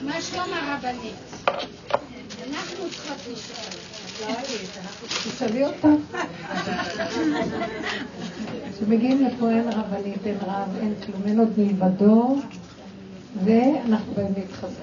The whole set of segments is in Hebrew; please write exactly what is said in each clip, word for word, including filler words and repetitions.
מה שלום הרבנית? אנחנו צריכות לשאול. תשאלי אותה. כשמגיעים לפה אין רבנית, אין רב, אין כלום, אין עוד מלבדו, ואנחנו באים להתחזק.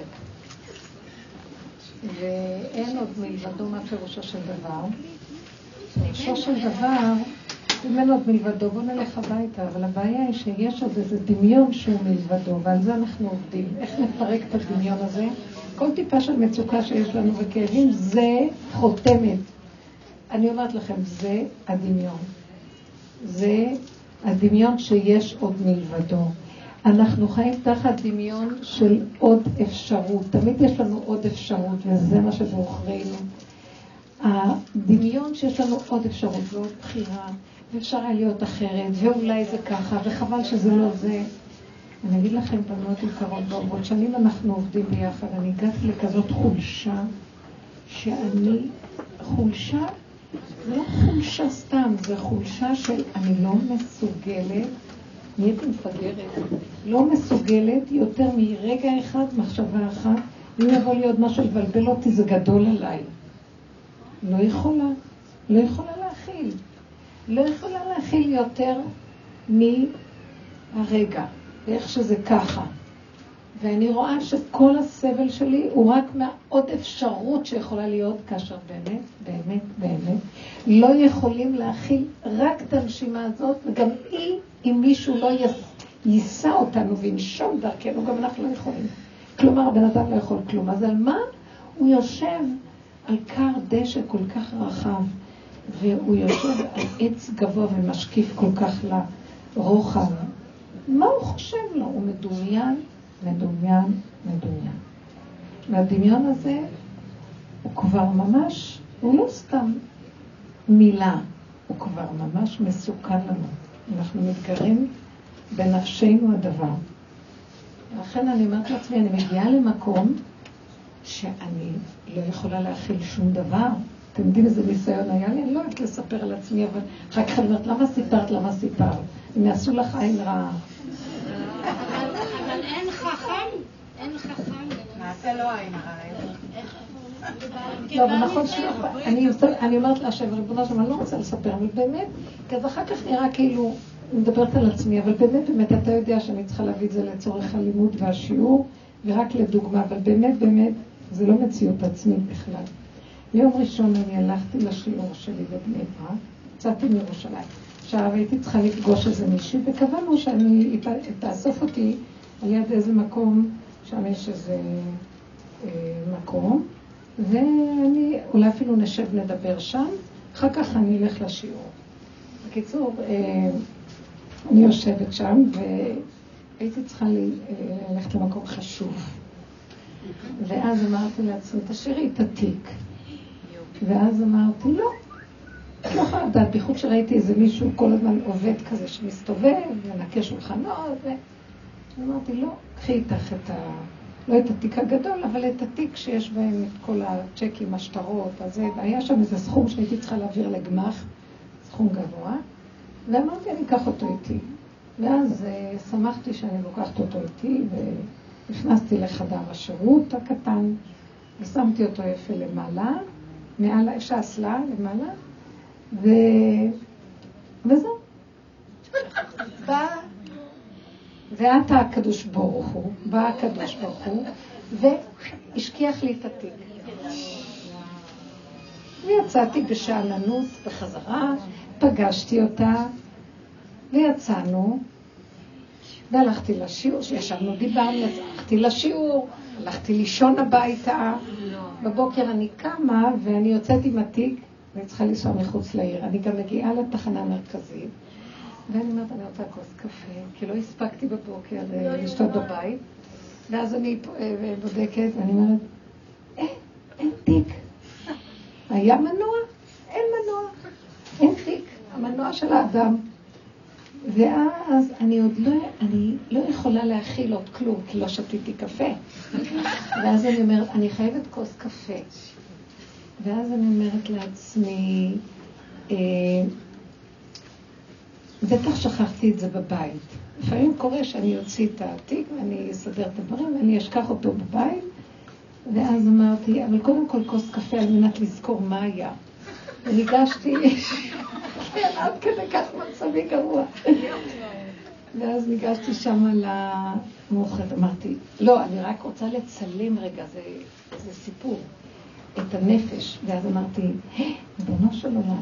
ואין עוד מלבדו מה פירושו של דבר. פירושו של דבר, אם אין עוד מלבדו, בוא נלך הביתה, אבל הבעיה היא שיש עוד איזה דמיון שהוא מלבדו, ועל זה אנחנו עובדים. איך נפרק את הדמיון הזה? כל טיפה של מצוקה שיש לנו וכאבים, זה חותמת. אני אומרת לכם, זה הדמיון. זה הדמיון שיש עוד מלבדו. אנחנו חיים תחת דמיון של עוד אפשרות. תמיד יש לנו עוד אפשרות, וזה מה שבאוכרינו. הדמיון שיש לנו עוד אפשרות ועוד בחירה, ואפשר היה להיות אחרת, ואולי זה ככה, וחבל שזה לא זה. אני אגיד לכם, בנות יקרות בעוברות, שנים אנחנו עובדים ביחד, אני הגעתי לכזאת חולשה, שאני, חולשה, זה לא חולשה סתם, זה חולשה של אני לא מסוגלת, נהייתי מפגרת, לא מסוגלת יותר מרגע אחד, מחשבה אחת, אם יבוא לי עוד משהו לבלבל אותי, זה גדול עליי. לא יכולה, לא יכולה להכיל. לא יכולה להכיל יותר מהרגע, ואיך שזה ככה. ואני רואה שכל הסבל שלי הוא רק מהעוד אפשרות שיכולה להיות, כאשר באמת, באמת, באמת, לא יכולים להכיל רק את הנשימה הזאת, וגם היא, אם מישהו לא יישא אותנו וינשום דרכנו, גם אנחנו לא יכולים. כלומר, הבן אדם לא יכול כלום. אז על מה הוא יושב על קר דשא כל כך רחב, והוא יושב על עץ גבוה ומשקיף כל כך לרוחב? מה הוא חושב לו? הוא מדומיין, מדומיין, מדומיין. והדמיון הזה הוא כבר ממש, הוא לא סתם מילה, הוא כבר ממש מסוכן לנו. אנחנו מתגרים בנפשנו הדבר. לכן אני אומרת לעצמי, אני מגיעה למקום שאני לא יכולה להכיל שום דבר. אתם יודעים איזה ניסיון היה לי? אני לא אוהבת לספר על עצמי, אבל אחר כך אני אומרת, למה סיפרת, למה סיפרת? אם יעשו לך עין רעה. אבל אין חכם, אין חכם. נעשה לו עין רעה. לא, אבל נכון שאני אומרת לה שבריבונה שם, אני לא רוצה לספר, אבל באמת, כי אז אחר כך נראה כאילו, אני מדברת על עצמי, אבל באמת, באמת, אתה יודע שאני צריכה להביא את זה לצורך הלימוד והשיעור, ורק לדוגמה, אבל באמת, באמת, זה לא מציאות עצמית בכלל. ביום ראשון אני הלכתי לשיעור שלי בבני ברק, יצאתי מירושלים. עכשיו הייתי צריכה לפגוש איזה מישהי, וקבענו שאני תאסוף אותי על יד איזה מקום, שם יש איזה אה, מקום, ואני אולי אפילו נשב נדבר שם, אחר כך אני אלך לשיעור. בקיצור, אה, אני יושבת שם, והייתי צריכה ללכת למקום חשוב. ואז אמרתי לעצמי, תשאירי את התיק. ואז אמרתי, לא. לא יכולה לדעת, בייחוד שראיתי איזה מישהו כל הזמן עובד כזה שמסתובב, ונקה שולחנות, ואמרתי, לא, קחי איתך את ה... לא את התיק הגדול, אבל את התיק שיש בהם את כל הצ'קים, השטרות, אז היה שם איזה סכום שהייתי צריכה להעביר לגמח, סכום גבוה, ואמרתי, אני אקח אותו איתי. ואז uh, שמחתי שאני לוקחת אותו איתי, ונכנסתי לחדר השירות הקטן, ושמתי אותו יפה למעלה, מעלה, אפשר אסלה למעלה, ו... וזהו. בא, ואתה הקדוש ברוך הוא, בא הקדוש ברוך הוא, והשכיח לי את התיק. ויצאתי בשעננות בחזרה, פגשתי אותה, ויצאנו, והלכתי לשיעור, שישבנו דיברנו, הלכתי לשיעור, הלכתי לישון הביתה, בבוקר אני קמה ואני יוצאת עם התיק, ואני צריכה לנסוע מחוץ לעיר. אני גם מגיעה לתחנה המרכזית, ואני אומרת, אני רוצה כוס קפה, כי לא הספקתי בבוקר לשתות בבית, ואז אני בודקת, ואני אומרת, אין, אין תיק. היה מנוע? אין מנוע. אין תיק. המנוע של האדם. ואז אני עוד לא, אני לא יכולה להכיל עוד כלום, כי לא שתיתי קפה. ואז אני אומרת, אני חייבת כוס קפה. ואז אני אומרת לעצמי, אה, בטח שכחתי את זה בבית. לפעמים קורה שאני אוציא את העתיק ואני אסדר את הדברים ואני אשכח אותו בבית, ואז אמרתי, אבל קודם כל כוס קפה על מנת לזכור מה היה. וניגשתי, עד כדי כך מצבי גרוע. ואז ניגשתי שם למאוחרת, אמרתי, לא, אני רק רוצה לצלם רגע, זה, זה סיפור, את הנפש. ואז אמרתי, בנו של עולם,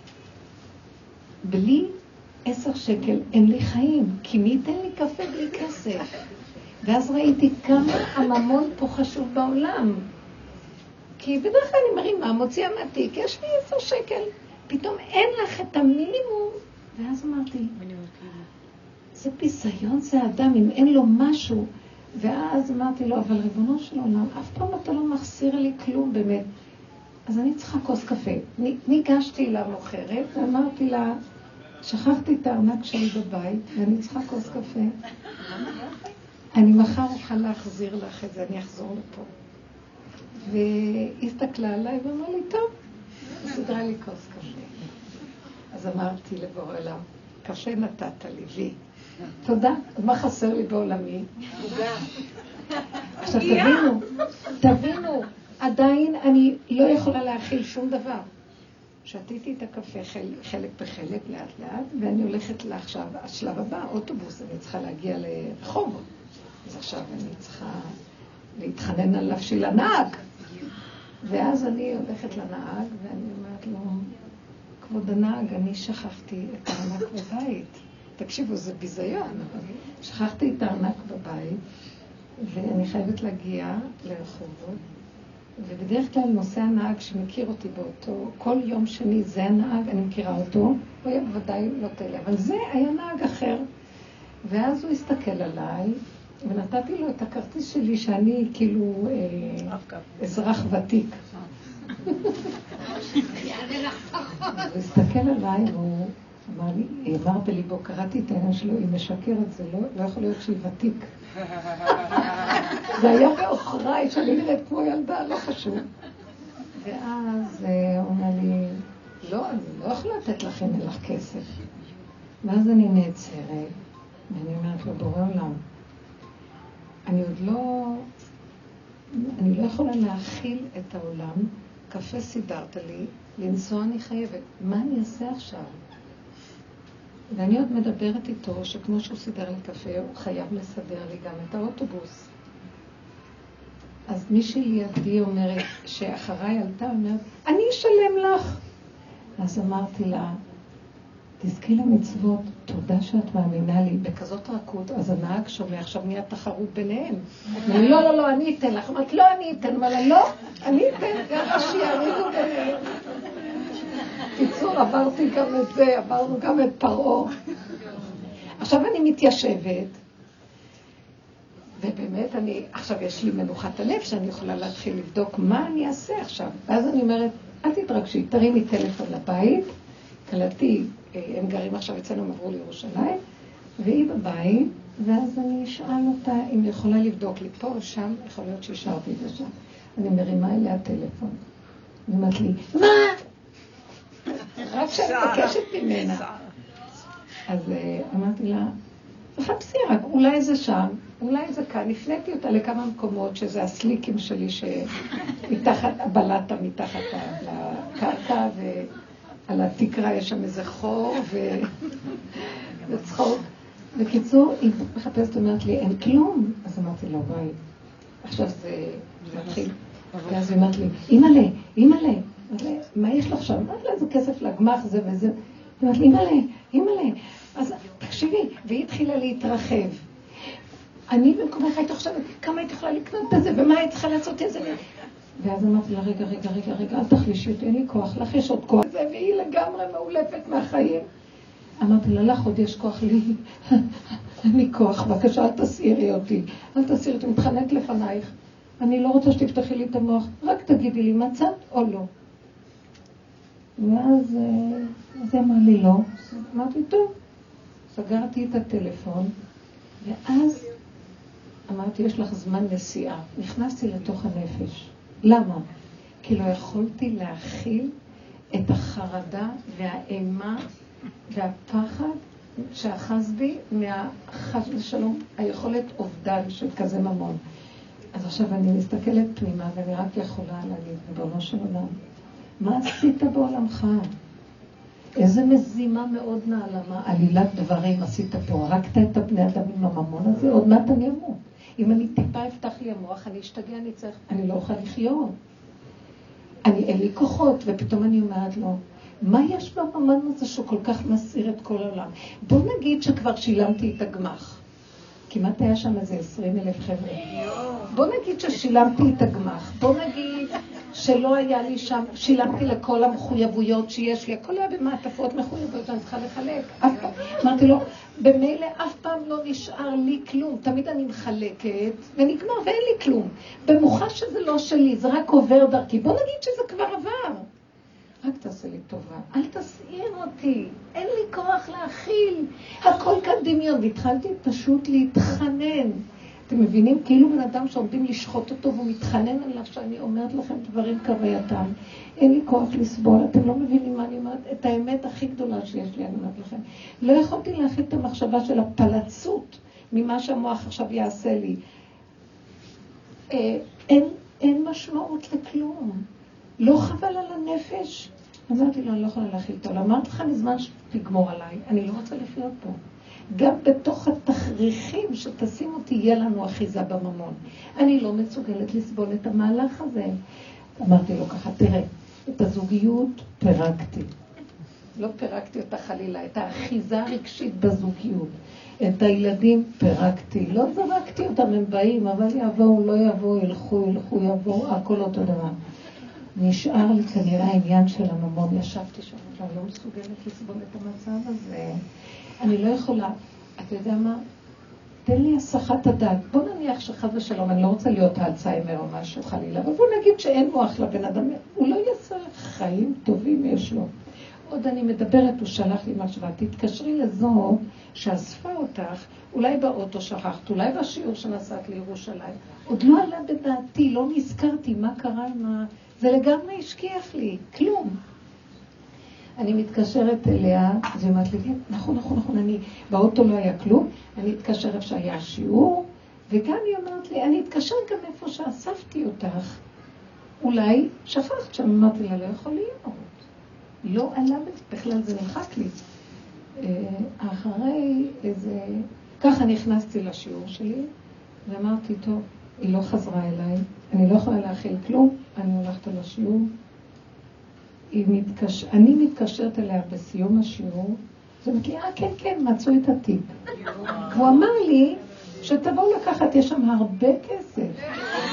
בלי עשר שקל אין לי חיים, כי מי ייתן לי קפה בלי כסף? ואז ראיתי כמה הממון פה חשוב בעולם. כי בדרך כלל אני מרימה, מוציאה מהתיק, יש לי עשר שקל, פתאום אין לך את המינימום. ואז אמרתי, זה ביזיון, זה אדם, אם אין לו משהו. ואז אמרתי לו, אבל ריבונו של עולם, אף פעם אתה לא מחסיר לי כלום באמת. אז אני צריכה כוס קפה. ניגשתי לה מוכרת, ואמרתי לה, שכחתי את הארנק שלי בבית, ואני צריכה כוס קפה. אני מחר אוכל להחזיר לך את זה, אני אחזור לפה. והיא הסתכלה עליי ואמרה לי, טוב, סדרה לי כוס קפה. אז אמרתי לבורא עולם, קפה נתת לי, וי. תודה, מה חסר לי בעולמי? עכשיו תבינו, תבינו, עדיין אני לא יכולה להכיל שום דבר. שתיתי את הקפה חלק בחלק לאט לאט, ואני הולכת לה עכשיו, השלב הבא, אוטובוס, אני צריכה להגיע לרחובות. אז עכשיו אני צריכה להתחנן עליו של הנהג. ואז אני הולכת לנהג, ואני אומרת לו, כבוד הנהג, אני שכחתי את הארנק בבית. תקשיבו, זה ביזיון. שכחתי את הארנק בבית, ואני חייבת להגיע לרחובות. ובדרך כלל נושא הנהג שמכיר אותי באותו, כל יום שני זה הנהג, אני מכירה אותו, הוא היה בוודאי לא תלה, אבל זה היה נהג אחר. ואז הוא הסתכל עליי, ונתתי לו את הכרטיס שלי שאני כאילו אה, אזרח ותיק. הוא הסתכל עליי והוא אמר לי, אמר בליבו, קראתי את העניין שלו, היא משקרת, זה לא, לא יכול להיות שהיא ותיק. זה היה באוכריי שאני נראית כמו ילדה, לא חשוב. ואז הוא אומר לי, לא, אני לא יכולה לתת לכם, אין לך כסף. ואז אני נעצרת, ואני אומרת לו, בורא עולם, אני עוד לא, אני לא יכולה להכיל את העולם, קפה סידרת לי, לנסוע אני חייבת. מה אני אעשה עכשיו? ואני עוד מדברת איתו שכמו שהוא סידר לי קפה, הוא חייב לסדר לי גם את האוטובוס. אז מישהי לידי אומרת, שאחריי עלתה, אומרת, אני אשלם לך. אז אמרתי לה, תזכי למצוות, תודה שאת מאמינה לי, בכזאת רכות, אז הנהג שומע, עכשיו נהיה תחרות ביניהם. לא, לא, לא, אני אתן לך. אמרת, לא, אני אתן. אמרה, לא, אני אתן, גם שירידו ביניהם. קיצור, עברתי גם את זה, עברנו גם את פרעה. עכשיו אני מתיישבת, ובאמת אני, עכשיו יש לי מנוחת הלב שאני יכולה להתחיל לבדוק מה אני אעשה עכשיו. ואז אני אומרת, אל תתרגשי, תרימי טלפון לבית, קלטי, הם גרים עכשיו אצלנו, הם עברו לירושלים, והיא בבית, ואז אני אשאל אותה אם יכולה לבדוק לי פה או שם, יכול להיות שהשארתי את זה שם. אני מרימה אליה טלפון. היא אומרת לי, מה? רק שאני מבקשת ממנה. אז אמרתי לה, חפשי רק, אולי זה שם, אולי זה כאן. הפניתי אותה לכמה מקומות שזה הסליקים שלי שמתחת, הבלטה מתחת לקרקע, ועל התקרה יש שם איזה חור וצחוק. בקיצור, היא מחפשת, אומרת לי, אין כלום. אז אמרתי לה, ביי, עכשיו זה מתחיל. ואז היא אמרת לי, אימא'לה, אימא'לה. מה יש לך שם? אמרת לה, איזה כסף לגמח זה וזה. היא אמרת לי, אימא'לה, אימא'לה. אז תקשיבי, והיא התחילה להתרחב. אני במקומך הייתי חושבת, כמה הייתי יכולה לקנות בזה, ומה הייתי צריכה לעשות את זה? ואז אמרתי לה, רגע, רגע, רגע, רגע, אל תחלישי אותי, אין לי כוח, לך יש עוד כוח. והיא לגמרי מאולפת מהחיים. אמרתי לה, לך עוד יש כוח לי, אין לי כוח, בבקשה, אל תסעירי אותי, אל תסעירי אותי, מתחננת לפנייך. אני לא רוצה שתפתחי לי את המוח, רק תגידי לי, מצאת או לא? ואז זה אמר לי לא. אמרתי, טוב. סגרתי את הטלפון, ואז אמרתי, יש לך זמן נסיעה. נכנסתי לתוך הנפש. למה? כי לא יכולתי להכיל את החרדה והאימה והפחד שאחז בי מהחס ושלום, היכולת אובדן של כזה ממון. אז עכשיו אני מסתכלת פנימה, ואני רק יכולה להגיד, ריבונו של עולם, מה עשית בעולמך? איזה מזימה מאוד נעלה, מה עלילת דברים עשית פה? הרגת את הבני אדם עם הממון הזה, עוד מעט אני אמות. אם אני טיפה אפתח לי המוח, אני אשתגע, אני צריך, אני לא אוכל לחיות. אני, אין לי כוחות, ופתאום אני אומרת לו, מה יש בממן הזה שהוא כל כך מסעיר את כל העולם? בוא נגיד שכבר שילמתי את הגמח. כמעט היה שם איזה עשרים אלף חבר'ה. בוא נגיד ששילמתי את הגמח. בוא נגיד שלא היה לי שם, שילמתי לכל המחויבויות שיש לי. הכל היה במעטפות מחויבויות, אני צריכה לחלק. אף פעם, אמרתי לו, במילא אף פעם לא נשאר לי כלום. תמיד אני מחלקת ונגמר ואין לי כלום. במוחש שזה לא שלי, זה רק עובר דרכי. בוא נגיד שזה כבר עבר. רק תעשה לי טובה, אל תסעיר אותי, אין לי כוח להכיל, הכל כאן דמיון. והתחלתי פשוט להתחנן. אתם מבינים? כאילו בן אדם שעומדים לשחוט אותו והוא מתחנן עליו שאני אומרת לכם דברים כווייתם. אין לי כוח לסבול, אתם לא מבינים מה אני אומרת, את האמת הכי גדולה שיש לי אני אומרת לכם. לא יכולתי להכיל את המחשבה של הפלצות ממה שהמוח עכשיו יעשה לי. אין, אין משמעות לכלום. לא חבל על הנפש. אמרתי לו, אני לא יכולה להכיל אותו. אמרתי לך מזמן שתגמור עליי. אני לא רוצה לחיות פה. גם בתוך התכריכים שתשים אותי, יהיה לנו אחיזה בממון. אני לא מסוגלת לסבול את המהלך הזה. אמרתי לו ככה, תראה, את הזוגיות פירקתי. לא פירקתי אותה חלילה, את האחיזה הרגשית בזוגיות. את הילדים פירקתי. לא זרקתי אותם, הם באים, אבל יבואו, לא יבואו, ילכו, ילכו, יבואו, הכל אותו דבר. נשאר לי כנראה העניין של הממון. ישבתי שם, אני לא מסוגלת לסבול את המצב הזה. אני לא יכולה. אתה יודע מה? תן לי הסחת הדעת. בוא נניח שחד ושלום, אני לא רוצה להיות האלצהיימר או משהו חלילה, אבל בוא נגיד שאין מוח לבן אדם. הוא לא יעשה חיים טובים יש לו. עוד אני מדברת, הוא שלח לי מחשבה. תתקשרי לזו שאספה אותך, אולי באוטו שכחת, אולי בשיעור שנסעת לירושלים. עוד לא עלה בדעתי, לא נזכרתי מה קרה עם ה... זה לגמרי השכיח לי, כלום. אני מתקשרת אליה, אז היא אומרת לי, נכון, נכון, נכון, אני, באוטו לא היה כלום, אני אתקשר איפה שהיה שיעור, וגם היא אומרת לי, אני אתקשר גם איפה שאספתי אותך, אולי שפכת שם, אמרתי לה, לא יכול להיות. לא עלה בכלל, זה נמחק לי. אחרי איזה, ככה נכנסתי לשיעור שלי, ואמרתי, טוב, היא לא חזרה אליי, אני לא יכולה להכיל כלום, אני הולכת על השיעור. היא מתקש... אני מתקשרת אליה בסיום השיעור, זה מכי, אה, כן, כן, מצאו את התיק. הוא אמר לי שתבואו לקחת, יש שם הרבה כסף.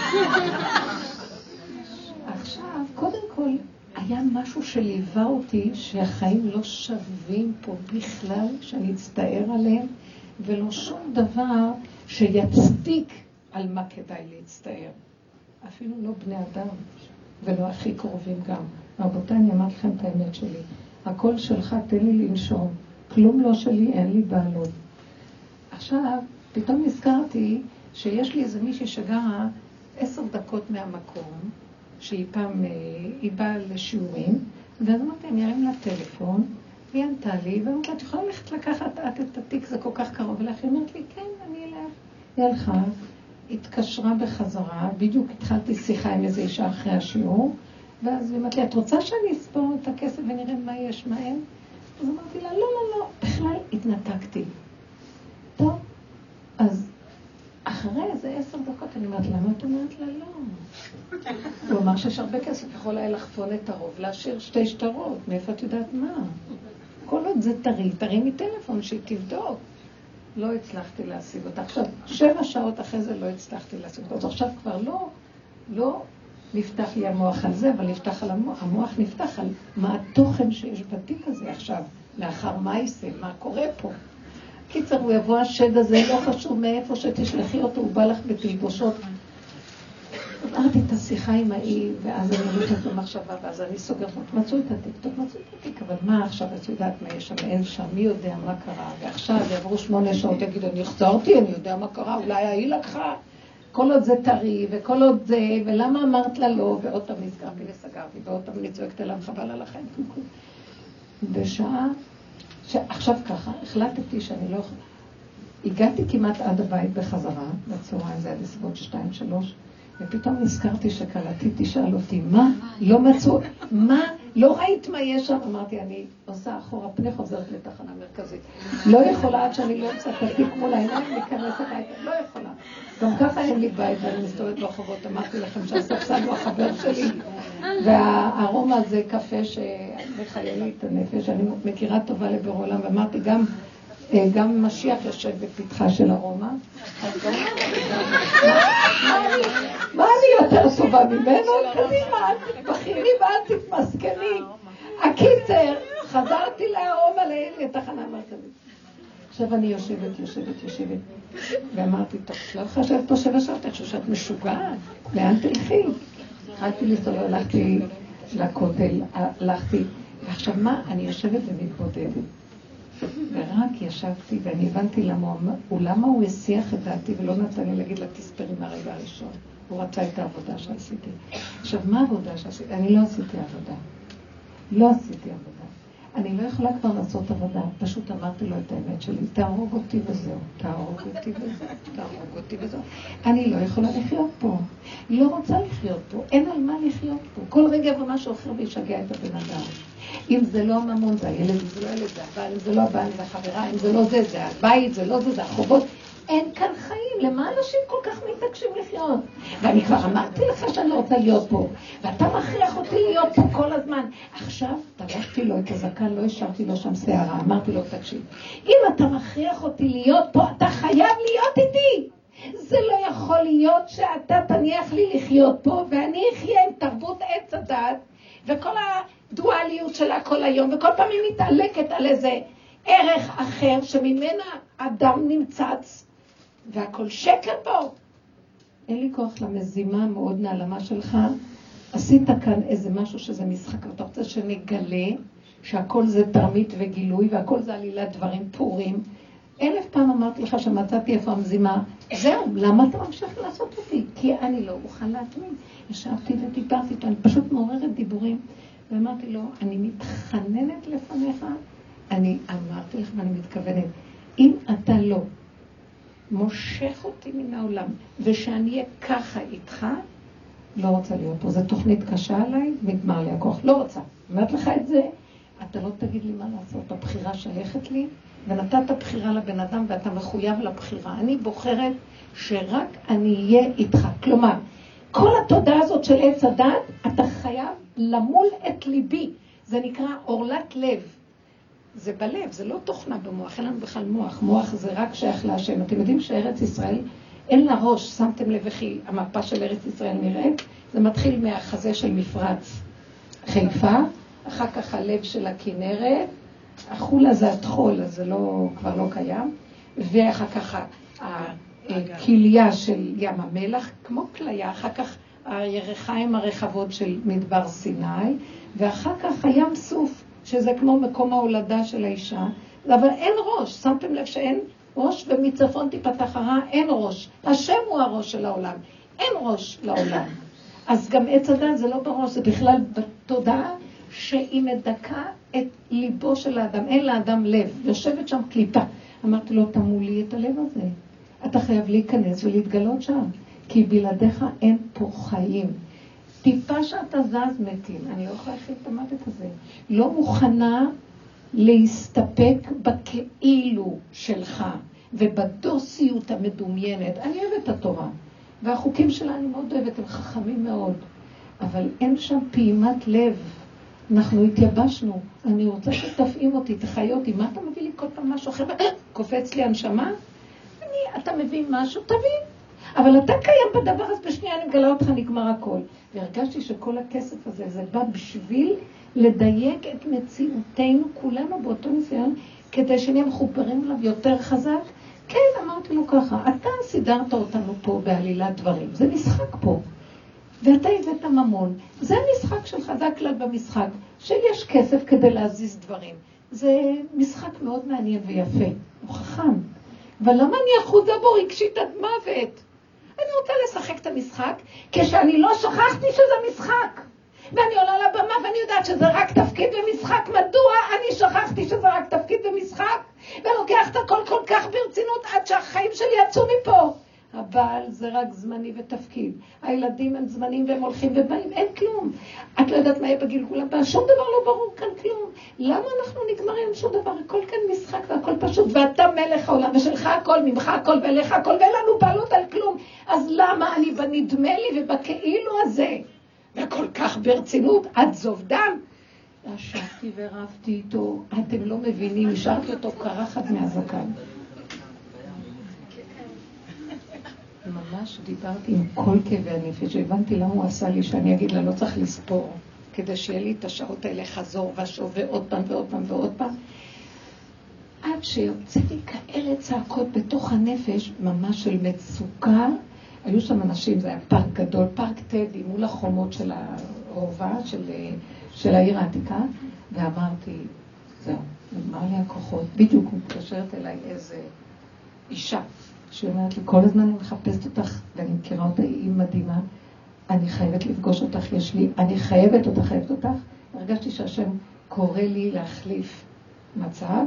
עכשיו, קודם כל, היה משהו שליווה אותי, שהחיים לא שווים פה בכלל, שאני אצטער עליהם, ולא שום דבר שיצדיק על מה כדאי להצטער. אפילו לא בני אדם, ולא הכי קרובים גם. רבותיי, אני אמרת לכם את האמת שלי. הכל שלך, תן לי לנשום. כלום לא שלי, אין לי בעלות. עכשיו, פתאום נזכרתי שיש לי איזה מישהי שגרה עשר דקות מהמקום, שהיא פעם, היא באה לשיעורים, ואז אמרתי, אני ארים לה טלפון, והיא ענתה לי, ואמרתי, את יכולה ללכת לקחת את את התיק, זה כל כך קרוב אליך. היא אמרת לי, כן, אני אלך. היא הלכה, התקשרה בחזרה, בדיוק התחלתי שיחה עם איזו אישה אחרי השיעור, ואז היא אמרת לי, את רוצה שאני אספור את הכסף ונראה מה יש, מה אין? אז אמרתי לה, לא, לא, לא, בכלל התנתקתי. טוב, אז אחרי איזה עשר דקות אני אומרת, למה את אומרת לה לא? הוא אמר שיש הרבה כסף, יכול היה לחפון את הרוב, להשאיר שתי שטרות, מאיפה את יודעת מה? כל עוד זה תרי, תרי מטלפון שהיא תבדוק. לא הצלחתי להשיג אותה. עכשיו, שבע שעות אחרי זה לא הצלחתי להשיג אותה. אז עכשיו כבר לא, לא נפתח לי המוח על זה, אבל נפתח על המוח. המוח נפתח על מה התוכן שיש בתיק הזה עכשיו, לאחר מה יישא, מה קורה פה. קיצר, הוא יבוא השד הזה, לא חשוב מאיפה שתשלחי אותו, הוא בא לך בתלבושות. אמרתי את השיחה עם האי, ואז אני הולכת במחשבה, ואז אני סוגרת, מצאו את התיק, טוב, מצאו את התיק, אבל מה עכשיו, את יודעת מה יש שם, אין שם, מי יודע מה קרה, ועכשיו יעברו שמונה שעות, יגידו, אני החזרתי, אני יודע מה קרה, אולי האי לקחה, כל עוד זה טרי, וכל עוד זה, ולמה אמרת לה לא, ועוד פעם נזכרתי וסגרתי, ועוד פעם אני צועקת אליו, חבל על החיים, בשעה, שעכשיו ככה, החלטתי שאני לא יכולה, הגעתי כמעט עד הבית בחזרה, בצהריים זה היה בסביבות שתיים, שלוש, ופתאום נזכרתי שקלטי תשאל אותי, מה? לא מצאו, מה? לא ראית מה יש שם? אמרתי, אני עושה אחורה פני, חוזרת לתחנה מרכזית. לא יכולה עד שאני לא אמצא את התיק מול העיניים, להיכנס הביתה. לא יכולה. גם ככה אין לי בית ואני מסתובבת ברחובות. אמרתי לכם שהספסל הוא החבר שלי. והארומה זה קפה שמחיה לי את הנפש. אני מכירה טובה לבר עולם, ואמרתי גם, גם משיח יושב בפתחה של ארומה. מה אני יותר טובה ממנו? קדימה, אל תתבחיני ואל תתמסכני. הקיצר, חזרתי לארומה לתחנה המרכזית. עכשיו אני יושבת, יושבת, יושבת, ואמרתי, טוב, לא יכולה לשבת פה שבע שעות, אני חושב שאת משוגעת, לאן תלכי? התחלתי לסתובב, הלכתי לכותל, הלכתי, ועכשיו מה? אני יושבת ומתבודדת. ורק ישבתי ואני הבנתי למה, ולמה הוא הסיח את דעתי ולא נתן לי להגיד לה תספרי מהרגע הראשון. הוא רצה את העבודה שעשיתי. עכשיו, מה העבודה שעשיתי? אני לא עשיתי עבודה. לא עשיתי עבודה. אני לא יכולה כבר לעשות עבודה. פשוט אמרתי לו את האמת שלי, תהרוג אותי וזהו, תהרוג אותי וזהו, תהרוג אותי וזהו. אני לא יכולה לחיות פה. לא רוצה לחיות פה. אין על מה לחיות פה. כל רגע ומשהו אחר וישגע את הבן אדם. אם זה לא הממון, זה הילד, אם זה לא הילד, זה הבעל, אם זה לא הבעל, זה החברה, אם זה לא זה, זה הבית, זה לא זה, זה החובות. אין כאן חיים, למה אנשים כל כך מתעקשים לחיות? ואני כבר אמרתי לך שאני לא רוצה להיות פה, ואתה מכריח אותי להיות פה כל הזמן. עכשיו, תלכתי לו את הזקן, לא השארתי לו שם שערה, אמרתי לו, תקשיב, אם אתה מכריח אותי להיות פה, אתה חייב להיות איתי. זה לא יכול להיות שאתה תניח לי לחיות פה, ואני אחיה עם תרבות עץ הדת, וכל הדואליות שלה כל היום, וכל פעם היא מתעלקת על איזה ערך אחר, שממנה אדם נמצץ, והכל שקר פה. אין לי כוח למזימה מאוד נעלמה שלך. עשית כאן איזה משהו שזה משחק, ואתה רוצה שנגלה שהכל זה תרמית וגילוי, והכל זה עלילת דברים פורים. אלף פעם אמרתי לך שמצאתי איפה המזימה. זהו, למה אתה ממשיך לעשות אותי? כי אני לא אוכל להתמיד. ישבתי ודיברתי איתו, אני פשוט מעוררת דיבורים. ואמרתי לו, אני מתחננת לפניך, אני אמרתי לך ואני מתכוונת, אם אתה לא מושך אותי מן העולם, ושאני אהיה ככה איתך, לא רוצה להיות פה. זו תוכנית קשה עליי, נגמר לי הכוח. לא רוצה. אמרת לך את זה, אתה לא תגיד לי מה לעשות. הבחירה שייכת לי, ונתת בחירה לבן אדם, ואתה מחויב לבחירה. אני בוחרת שרק אני אהיה איתך. כלומר, כל התודעה הזאת של עץ הדת, אתה חייב למול את ליבי. זה נקרא אורלת לב. זה בלב, זה לא תוכנה במוח, אין לנו בכלל מוח. מוח זה רק שייך להשם. אתם יודעים שארץ ישראל, אין לה ראש, שמתם לב איך המפה של ארץ ישראל נראית? זה מתחיל מהחזה של מפרץ חיפה, אחר כך הלב של הכנרת, החולה זה התחול, אז זה לא, כבר לא קיים, ואחר כך הכליה של ים המלח, כמו כליה, אחר כך הירחיים הרחבות של מדבר סיני, ואחר כך הים סוף, שזה כמו מקום ההולדה של האישה, אבל אין ראש, שמתם לב שאין ראש, ומצפון תיפתח הרע, אין ראש. השם הוא הראש של העולם, אין ראש לעולם. אז גם עץ הדת זה לא בראש, זה בכלל בתודעה שהיא מדכא את ליבו של האדם, אין לאדם לב, יושבת שם קליפה. אמרתי לו, תמולי את הלב הזה, אתה חייב להיכנס ולהתגלות שם, כי בלעדיך אין פה חיים. טיפה שאתה זז מתים, אני לא יכולה להכין את המוות הזה. לא מוכנה להסתפק בכאילו שלך ובדוסיות המדומיינת. אני אוהבת את התורה, והחוקים שלה אני מאוד אוהבת, הם חכמים מאוד, אבל אין שם פעימת לב. אנחנו התייבשנו, אני רוצה שתפעים אותי, תחי אותי. מה אתה מביא לי כל פעם משהו אחר? קופץ לי הנשמה? אני, אתה מביא משהו, תביא. אבל אתה קיים בדבר, אז בשנייה אני מגלה אותך, נגמר הכל. והרגשתי שכל הכסף הזה, זה בא בשביל לדייק את מציאותנו, כולנו באותו ניסיון, כדי שנהיה מחוברים אליו יותר חזק. כן, אמרתי לו ככה, אתה סידרת אותנו פה בעלילת דברים, זה משחק פה. ואתה הבאת ממון, זה המשחק שלך, זה הכלל במשחק, שיש כסף כדי להזיז דברים. זה משחק מאוד מעניין ויפה, הוא חכם. אבל למה אני אחוזה בו רגשית עד מוות? אני רוצה לשחק את המשחק, כשאני לא שכחתי שזה משחק. ואני עולה לבמה ואני יודעת שזה רק תפקיד ומשחק. מדוע אני שכחתי שזה רק תפקיד ומשחק? ולוקח את הכל כל כך ברצינות עד שהחיים שלי יצאו מפה. הבעל זה רק זמני ותפקיד. הילדים הם זמנים והם הולכים ובאים, אין כלום. את לא יודעת מה יהיה בגלגול הבא, שום דבר לא ברור כאן כלום. למה אנחנו נגמרים שום דבר? הכל כאן משחק והכל פשוט, ואתה מלך העולם, ושלך הכל, ממך הכל, ואליך הכל, ואין לנו בעלות על כלום. אז למה אני בנדמה לי ובכאילו הזה, וכל כך ברצינות, עד זוב דם? ישבתי ורבתי איתו, אתם לא מבינים, השארתי אותו קרחת מהזקן. ממש דיברתי עם כל כאבי הנפש, הבנתי למה הוא עשה לי שאני אגיד לה לא צריך לספור, כדי שיהיה לי את השעות האלה חזור ושוב ועוד פעם ועוד פעם ועוד פעם, עד שיוצא לי כאלה צעקות בתוך הנפש, ממש של מצוקה. היו שם אנשים, זה היה פארק גדול, פארק טדי, מול החומות של הרובע, של, של העיר העתיקה, ואמרתי, זהו, נגמר לי הכוחות. בדיוק מתקשרת אליי איזה אישה, שהיא אומרת לי, כל הזמן אני מחפשת אותך, ואני מכירה אותה, היא מדהימה, אני חייבת לפגוש אותך, יש לי, אני חייבת אותך, חייבת אותך. הרגשתי שהשם קורא לי להחליף מצב,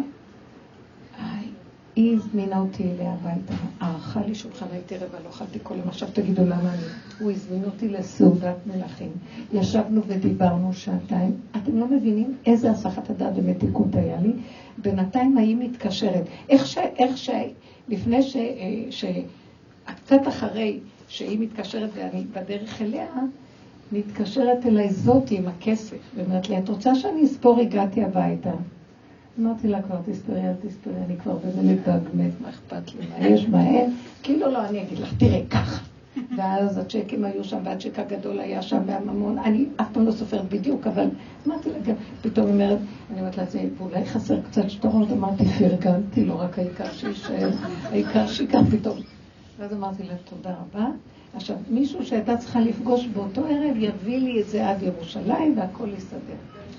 היא הזמינה אותי אליה הביתה, ערכה לי שולחן, הייתי רבע, לא אכלתי כל יום, עכשיו תגידו למה אני. הוא הזמין אותי לסעודת מלכים. ישבנו ודיברנו שעתיים. אתם לא מבינים איזה הסחת הדעת ומתיקות היה לי. בינתיים היא מתקשרת. איך ש... איך ש... לפני ש... ש... קצת אחרי שהיא מתקשרת ואני בדרך אליה, מתקשרת אליי זאתי עם הכסף. ואומרת לי, את רוצה שאני אספור הגעתי הביתה? אמרתי לה, כבר תספרי, אל תספרי, אני כבר במלא בהגמת, מה אכפת לי, מה יש, מה אין? כאילו לא, אני אגיד לך, תראה, ככה. ואז הצ'קים היו שם, והצ'ק הגדול היה שם, והממון, אני אף פעם לא סופרת בדיוק, אבל אמרתי לה גם, פתאום אומרת, אני אומרת לה, ואולי חסר קצת שטרות, אמרתי, פרגנתי, לא רק העיקר שישאר, העיקר שיקר פתאום. ואז אמרתי לה, תודה רבה. עכשיו, מישהו שהייתה צריכה לפגוש באותו ערב, יביא לי את זה עד ירושלים, והכל יסדר.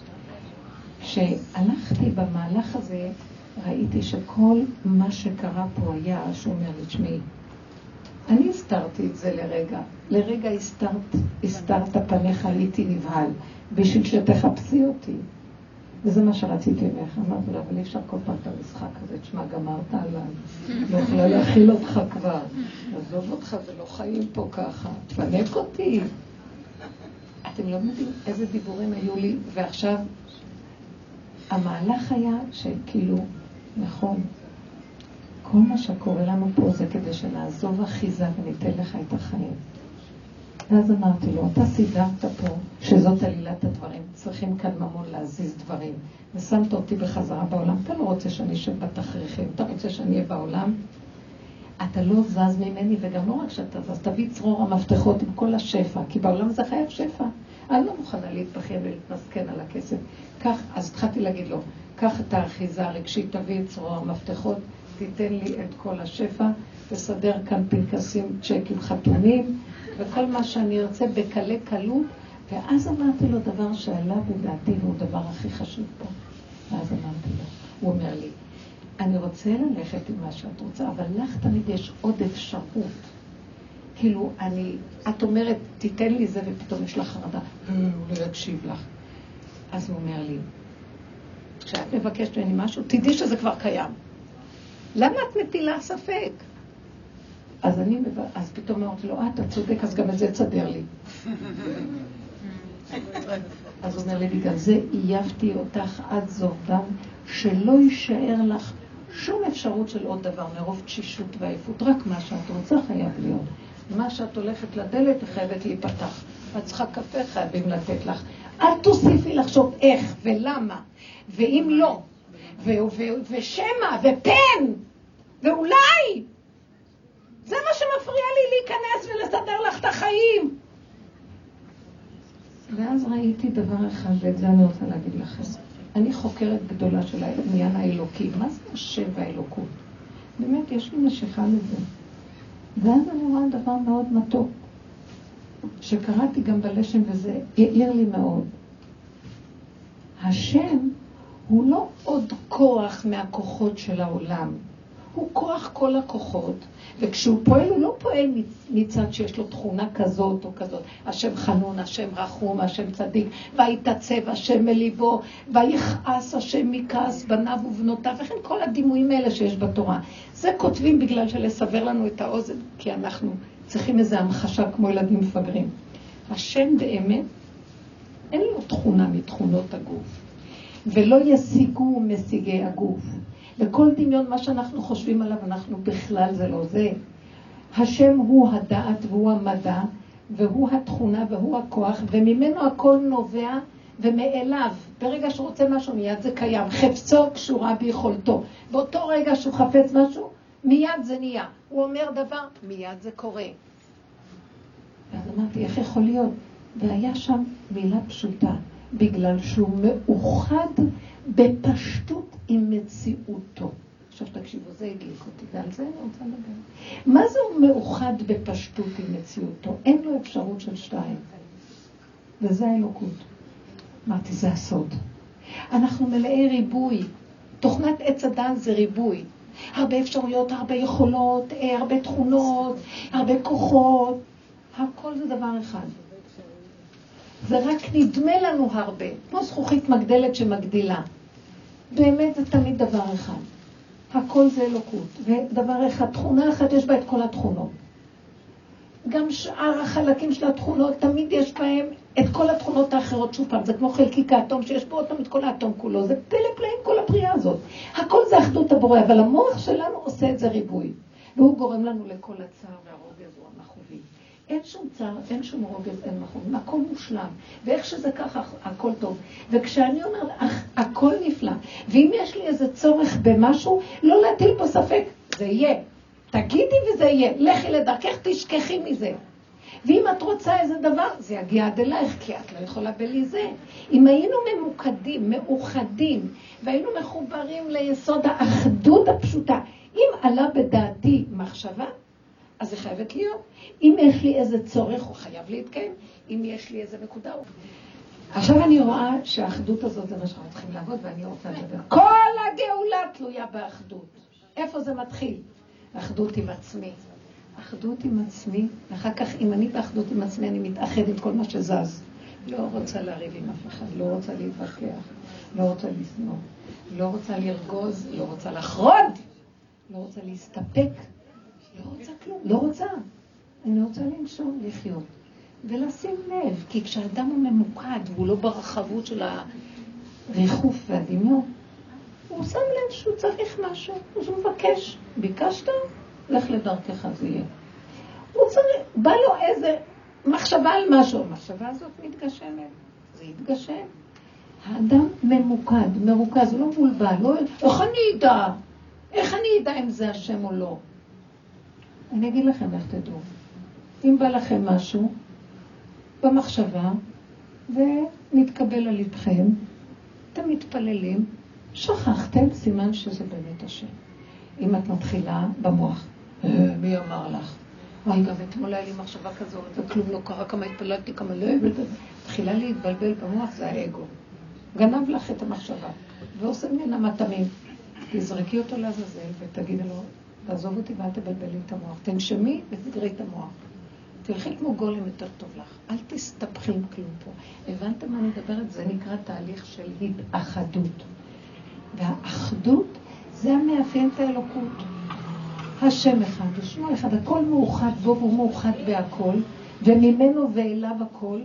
כשהלכתי במהלך הזה, ראיתי שכל מה שקרה פה היה, שהוא אומר לי, תשמעי, אני הסתרתי את זה לרגע. לרגע הסתרת, הסתרת פניך, הייתי נבהל, בשביל שתחפשי אותי. וזה מה שרציתי ממך. אמרתי לה, אבל אי אפשר כל פעם את המשחק הזה, תשמע, גמרת עליי. לא יכולה להכיל אותך כבר. עזוב אותך, זה לא חיים פה ככה. תפנק אותי. אתם לא יודעים איזה דיבורים היו לי, ועכשיו המהלך היה שכאילו, נכון, כל מה שקורה לנו פה זה כדי שנעזוב אחיזה וניתן לך את החיים. ואז אמרתי לו, אתה סידרת פה שזאת עלילת הדברים, צריכים כאן ממון להזיז דברים, ושמת אותי בחזרה בעולם. אתה לא רוצה שאני אשב בתכריכים, אתה רוצה שאני אהיה בעולם, אתה לא זז ממני, וגם לא רק שאתה זז, תביא צרור המפתחות עם כל השפע, כי בעולם זה חייב שפע. אני לא מוכנה להתבחר ולהתמסכן על הכסף. כך, אז התחלתי להגיד לו, קח את האחיזה הרגשית, תביא את צרור המפתחות, תיתן לי את כל השפע, תסדר כאן פנקסים, צ'קים חתומים, וכל מה שאני ארצה בקלה קלות. ואז אמרתי לו דבר שעלה בדעתי, והוא דבר הכי חשוב פה. ואז אמרתי לו, הוא אומר לי, אני רוצה ללכת עם מה שאת רוצה, אבל לך תמיד יש עוד אפשרות. כאילו, אני, את אומרת, תיתן לי זה, ופתאום יש לך חרדה, הוא לא יקשיב לך. אז הוא אומר לי, כשאת מבקשת ממני משהו, תדעי שזה כבר קיים. למה את מטילה ספק? אז אני, אז פתאום אמרתי לו, אה, אתה צודק, אז גם את זה תסדר לי. אז הוא אומר לי, בגלל זה עייפתי אותך עד זוב דם, שלא יישאר לך שום אפשרות של עוד דבר, מרוב תשישות ועייפות, רק מה שאת רוצה חייב להיות. מה שאת הולכת לדלת, היא חייבת להיפתח. את צריכה קפה, חייבים לתת לך. אל תוסיפי לחשוב איך ולמה, ואם לא, ו- ו- ושמה, ופן, ואולי. זה מה שמפריע לי להיכנס ולסדר לך את החיים. ואז ראיתי דבר אחד, ואת זה אני רוצה להגיד לכם. אני חוקרת גדולה של העניין האלוקי. מה זה השם והאלוקות? באמת, יש לי משיכה לזה. ואז אני רואה דבר מאוד מתוק, שקראתי גם בלשם, וזה העיר לי מאוד. השם הוא לא עוד כוח מהכוחות של העולם. הוא כוח כל הכוחות, וכשהוא פועל הוא לא פועל מצד שיש לו תכונה כזאת או כזאת. השם חנון, השם רחום, השם צדיק, ויתעצב השם מליבו, ויכעס השם מכעס בניו ובנותיו, וכן כל הדימויים האלה שיש בתורה. זה כותבים בגלל שלסבר לנו את האוזן, כי אנחנו צריכים איזו המחשה כמו ילדים מפגרים. השם באמת אין לו תכונה מתכונות הגוף, ולא ישיגו משיגי הגוף. וכל דמיון מה שאנחנו חושבים עליו, אנחנו בכלל זה לא זה. השם הוא הדעת והוא המדע, והוא התכונה והוא הכוח, וממנו הכל נובע ומאליו. ברגע שהוא רוצה משהו מיד זה קיים. חפצו קשורה ביכולתו. באותו רגע שהוא חפץ משהו, מיד זה נהיה. הוא אומר דבר, מיד זה קורה. ואז אמרתי, איך יכול להיות? והיה שם מילה פשוטה, בגלל שהוא מאוחד בפשטות עם מציאותו. עכשיו תקשיבו, זה הגליק אותי, ועל זה אני רוצה לדבר. מה זה הוא מאוחד בפשטות עם מציאותו? אין לו אפשרות של שתיים. וזה האלוקות. אמרתי, זה הסוד. אנחנו מלאי ריבוי. תוכנת עץ הדן זה ריבוי. הרבה אפשרויות, הרבה יכולות, הרבה תכונות, הרבה כוחות. הכל זה דבר אחד. זה רק נדמה לנו הרבה, כמו זכוכית מגדלת שמגדילה. באמת זה תמיד דבר אחד. הכל זה אלוקות. ודבר אחד, תכונה אחת יש בה את כל התכונות. גם שאר החלקים של התכונות, תמיד יש בהם את כל התכונות האחרות שוב פעם. זה כמו חלקיק האטום שיש בו אותם את כל האטום כולו. זה פלא פלאים כל הבריאה הזאת. הכל זה אחדות הבורא, אבל המוח שלנו עושה את זה ריבוי. והוא גורם לנו לכל הצער והרוגז הוא המחובי. אין שום צער, אין שום רוגז, אין מחובי. הכל מושלם. ואיך שזה ככה, הכל טוב. וכשאני אומר, הכל נפלא. ואם יש לי איזה צורך במשהו, לא להטיל פה ספק, זה יהיה. תגידי וזה יהיה. לכי לדרכך, תשכחי מזה. ואם את רוצה איזה דבר, זה יגיע עד אלייך, כי את לא יכולה בלי זה. אם היינו ממוקדים, מאוחדים, והיינו מחוברים ליסוד האחדות הפשוטה, אם עלה בדעתי מחשבה, אז זה חייבת להיות. אם יש לי איזה צורך, הוא חייב להתקיים. אם יש לי איזה נקודה, הוא... עכשיו אני רואה שהאחדות הזאת זה מה שאנחנו צריכים לעבוד, ואני רוצה לדבר. כל הגאולה תלויה באחדות. איפה זה מתחיל? אחדות עם עצמי. אחדות עם עצמי, ואחר כך אם אני באחדות עם עצמי, אני מתאחד עם כל מה שזז. לא רוצה לריב עם אף אחד, לא רוצה להתווכח, לא רוצה לשנוא, לא רוצה לרגוז, לא רוצה לחרוד, לא רוצה להסתפק, לא רוצה כלום, לא רוצה. אני רוצה לנשום, לחיות. ולשים לב, כי כשאדם הוא ממוקד, והוא לא ברחבות של הריחוף והדמיון, הוא שם לב שהוא צריך משהו, אז הוא מבקש. ביקשת? לך לדרכך זה יהיה. הוא צריך, בא לו איזה מחשבה על משהו. המחשבה הזאת מתגשמת. זה יתגשם. האדם ממוקד, מרוכז, הוא לא מולבן. לא, איך אני ידע? איך אני ידע אם זה השם או לא? אני אגיד לכם איך תדעו. אם בא לכם משהו במחשבה ומתקבל על לבכם, אתם מתפללים, שכחתם סימן שזה באמת השם. אם את מתחילה במוח, מי אמר לך? אוי, גם אתמול היה לי מחשבה כזו, וכלום לא קרה, כמה התפללתי, כמה לא הבלתי. מתחילה להתבלבל במוח, זה האגו. גנב לך את המחשבה, ועושה ממנה מטעמים. תזרקי אותו לעזאזל ותגידי לו, תעזוב אותי ואל תבלבלי את המוח. תנשמי ותגרי את המוח. תלכי כמו גולם יותר טוב לך. אל תסתבכי עם כלום פה. הבנתם מה אני מדברת? זה נקרא תהליך של התאחדות. והאחדות זה המאפיין את האלוקות. השם אחד, ושמו אחד, הכל מאוחד בו, והוא מאוחד בהכל, וממנו ואליו הכל,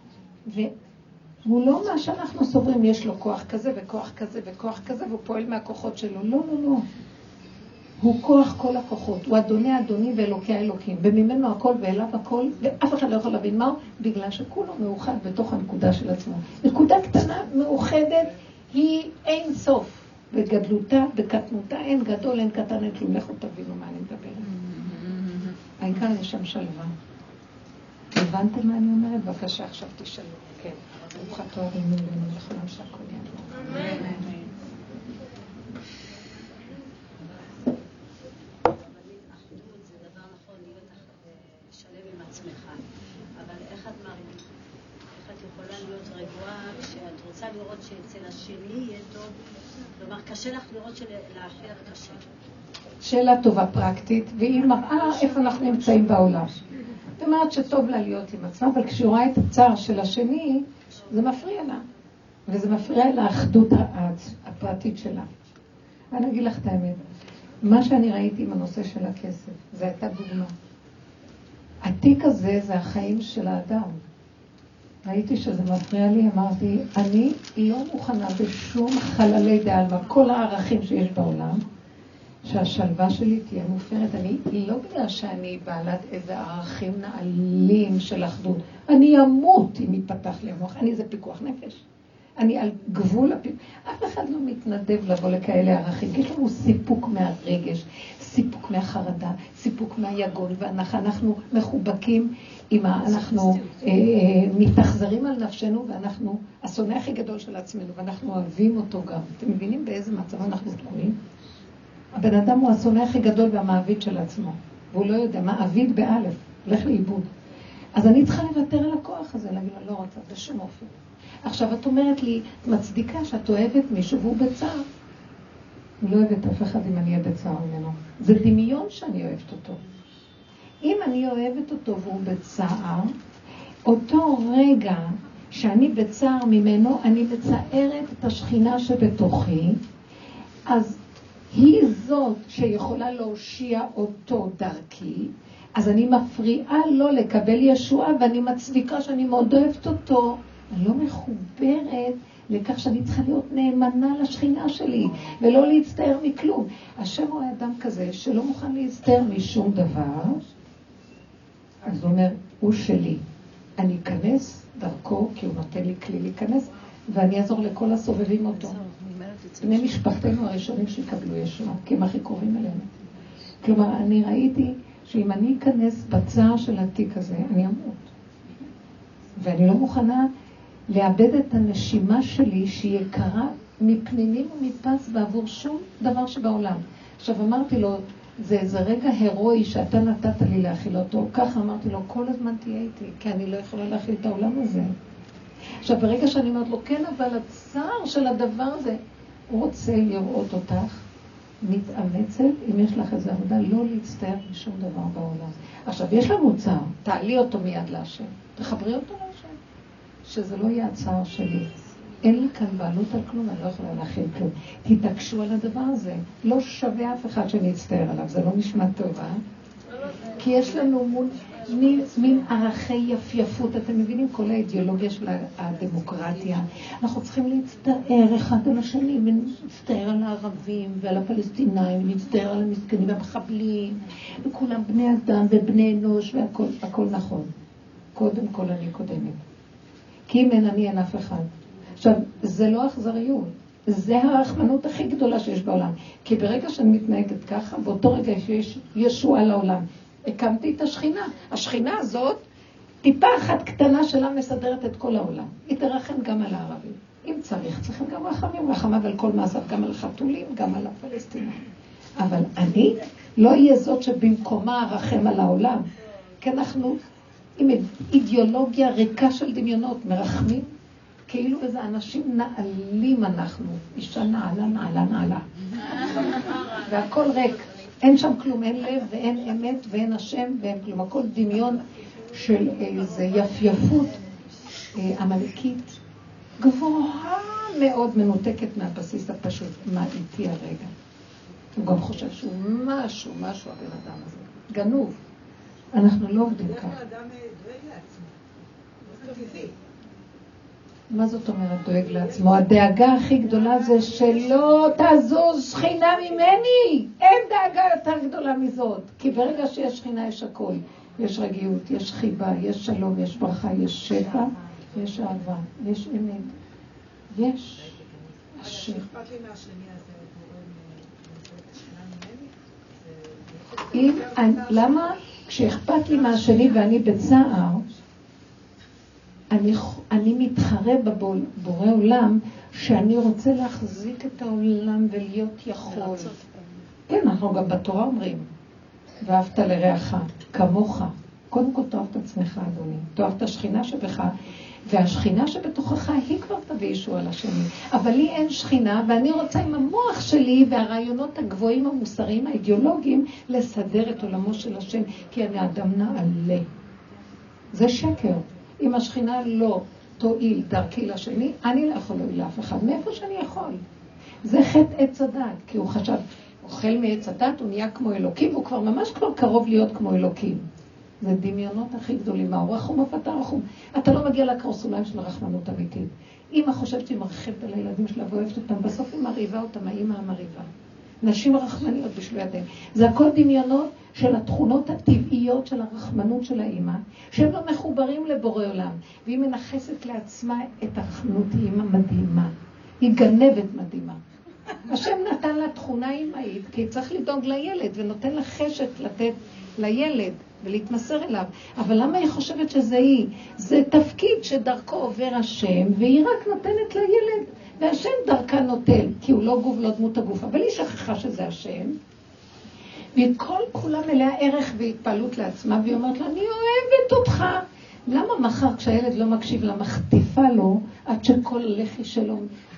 והוא לא מה שאנחנו סוברים, יש לו כוח כזה וכוח כזה וכוח כזה, והוא פועל מהכוחות שלו. לא, לא, לא. הוא כוח כל הכוחות, הוא אדוני אדוני ואלוקי האלוקים, וממנו הכל ואליו הכל, ואף אחד לא יכול להבין מהו, בגלל שכולו מאוחד בתוך הנקודה של עצמו. נקודה קטנה, מאוחדת, היא אין סוף. בגדלותה, בקטנותה, אין גדול, אין קטן, אין כלום. לכו תבינו מה אני מדברת. העיקר יש שם שלווה. הבנתם מה אני אומרת? בבקשה, עכשיו תשאלו. כן. ברוך אתה אדוני אלוהינו מלך העולם שהכל יעבור. אמן. כשאת רוצה לראות שאצל השני יהיה טוב, כלומר, קשה לך לראות שלאחר קשה. שאלה טובה פרקטית, והיא מראה איפה אנחנו נמצאים בעולם. זאת אומרת שטוב לה להיות עם עצמה, אבל כשהיא רואה את הצער של השני, זה מפריע לה. וזה מפריע לאחדות הפרטית שלה. אני אגיד לך את האמת. מה שאני ראיתי עם הנושא של הכסף, זה הייתה דוגמה. התיק הזה זה החיים של האדם. ראיתי שזה מפריע לי, אמרתי, אני לא מוכנה בשום חללי דעלמה, כל הערכים שיש בעולם, שהשלווה שלי תהיה מופרת. אני לא בגלל שאני בעלת איזה ערכים נעלים של אחדות. אני אמות אם יפתח לי המוח. אני זה פיקוח נפש. אני על גבול הפיקוח. אף אחד לא מתנדב לבוא לכאלה ערכים. יש לנו סיפוק מהרגש, סיפוק מהחרדה, סיפוק מהיגון, ואנחנו מחובקים עם ה... אנחנו אה, מתאכזרים על נפשנו, ואנחנו השונא הכי גדול של עצמנו, ואנחנו אוהבים אותו גם. אתם מבינים באיזה מצב אנחנו תקועים? הבן אדם הוא השונא הכי גדול והמעביד של עצמו, והוא לא יודע, מעביד באלף, הולך לאיבוד. אז אני צריכה לוותר על הכוח הזה, להגיד לו, לא רוצה, בשום אופן. עכשיו את אומרת לי, מצדיקה שאת אוהבת מישהו והוא בצער. אני לא אוהבת אף אחד אם אני אהיה בצער ממנו. זה דמיון שאני אוהבת אותו. אם אני אוהבת אותו והוא בצער, אותו רגע שאני בצער ממנו, אני מצערת את השכינה שבתוכי, אז היא זאת שיכולה להושיע אותו דרכי, אז אני מפריעה לו לקבל ישועה, ואני מצדיקה שאני מאוד אוהבת אותו. אני לא מחוברת לכך שאני צריכה להיות נאמנה לשכינה שלי, ולא להצטער מכלום. השם הוא האדם כזה שלא מוכן להצטער משום דבר, אז הוא אומר, הוא שלי. אני אכנס דרכו, כי הוא נותן לי כלי להיכנס, ואני אעזור לכל הסובבים אותו. בני משפחתנו הראשונים שיקבלו ישועה, כי הם הכי קרובים אלינו. כלומר, אני ראיתי שאם אני אכנס בצער של התיק הזה, אני אמות. ואני לא מוכנה לאבד את הנשימה שלי שהיא יקרה מפנינים ומפס בעבור שום דבר שבעולם. עכשיו אמרתי לו, זה איזה רגע הרואי שאתה נתת לי להכיל אותו. ככה אמרתי לו, כל הזמן תהיה איתי, כי אני לא יכולה להכיל את העולם הזה. עכשיו ברגע שאני אומרת לו, כן, אבל הצער של הדבר הזה, הוא רוצה לראות אותך מתאמצת, אם יש לך איזו עבודה, לא להצטער משום דבר בעולם. עכשיו, יש לנו צער, תעלי אותו מיד להשם, תחברי אותו להשם, שזה לא יהיה הצער שלי. אין לי כאן בעלות על כלום, אני לא יכולה להכיל כלום. תתעקשו על הדבר הזה, לא שווה אף אחד שאני אצטער עליו, זה לא נשמע טוב, אה? כי יש לנו מול, מין, מין ערכי יפייפות, אתם מבינים כל האידיאולוגיה של הדמוקרטיה. אנחנו צריכים להצטער אחד על השני, להצטער על הערבים ועל הפלסטינאים, להצטער על המסכנים והמחבלים, וכולם בני אדם ובני אנוש והכל, הכל נכון. קודם כל אני קודמת. כי אם אין אני אין אף אחד. עכשיו, זה לא אכזריות, זה הרחמנות הכי גדולה שיש בעולם. כי ברגע שאני מתנהגת ככה, באותו רגע שיש ישועה לעולם, הקמתי את השכינה. השכינה הזאת, טיפה אחת קטנה שלה מסדרת את כל העולם. היא תרחם גם על הערבים. אם צריך, צריכים גם רחמים, רחמיו על כל מעשיו, גם על חתולים, גם על הפלסטינים. אבל אני לא אהיה זאת שבמקומה הרחם על העולם. כי אנחנו עם אידיאולוגיה ריקה של דמיונות, מרחמים, כאילו איזה אנשים נעלים אנחנו, אישה נעלה, נעלה, נעלה. והכל ריק. אין שם כלום, אין לב ואין אמת ואין השם ואין כלום. הכל דמיון של איזו יפייפות עמלקית גבוהה מאוד, מנותקת מהבסיס הפשוט. מה איתי הרגע? הוא גם חושב שהוא משהו, משהו הבן אדם הזה. גנוב. אנחנו לא עובדים ככה. איך האדם דואג לעצמו? זה טבעי. מה זאת אומרת דואג לעצמו? הדאגה הכי גדולה זה שלא תזוז שכינה ממני. אין דאגה יותר גדולה מזאת. כי ברגע שיש שכינה יש הכל. יש רגיעות, יש חיבה, יש שלום, יש ברכה, יש שפע, יש אהבה, יש אמת. יש השם. אכפת לי מהשני הזה, גורם שכינה ממני? למה כשאכפת לי מהשני ואני בצער, אני, אני מתחרה בבורא עולם שאני רוצה להחזיק את העולם ולהיות יכול. כן, אנחנו גם בתורה אומרים, ואהבת לרעך, כמוך. קודם כל תאהב את עצמך, אדוני. תאהב את השכינה שבך, והשכינה שבתוכך היא כבר תביא ישוע לשני. אבל לי אין שכינה, ואני רוצה עם המוח שלי והרעיונות הגבוהים המוסריים האידיאולוגיים לסדר את עולמו של השם, כי אני אדם נעלה. זה שקר. אם השכינה לא תועיל דרכי לשני, אני לא יכול להועיל לאף אחד. מאיפה שאני יכול? זה חטא עץ הדת, כי הוא חשב, אוכל מעץ הדת, הוא נהיה כמו אלוקים, והוא כבר ממש כבר קרוב להיות כמו אלוקים. זה דמיונות הכי גדולים. מה הוא רחום אף אתה רחום? אתה לא מגיע לקרסוליים של הרחמנות אמיתית. אמא חושבת שהיא מרחבת על הילדים שלה ואוהבת אותם, בסוף היא מרעיבה אותם, האמא המרעיבה. נשים רחמניות בשביל ידיהם. זה הכל דמיונות של התכונות הטבעיות של הרחמנות של האמא, שהם לא מחוברים לבורא עולם, והיא מנחסת לעצמה את הרחמנות, היא אמא מדהימה. היא גנבת מדהימה. השם נתן לה תכונה אמאית, כי צריך לדאוג לילד, ונותן לה חשת לתת לילד ולהתמסר אליו. אבל למה היא חושבת שזה היא? זה תפקיד שדרכו עובר השם, והיא רק נותנת לילד, והשם דרכה נוטל, כי הוא לא גוף, לא דמות הגוף. אבל היא שכחה שזה השם, והיא כל כולה מלאה ערך והתפעלות לעצמה, והיא אומרת לה, אני אוהבת אותך. למה מחר כשהילד לא מקשיב לה, מחטיפה לו, עד שכל הלחי שלו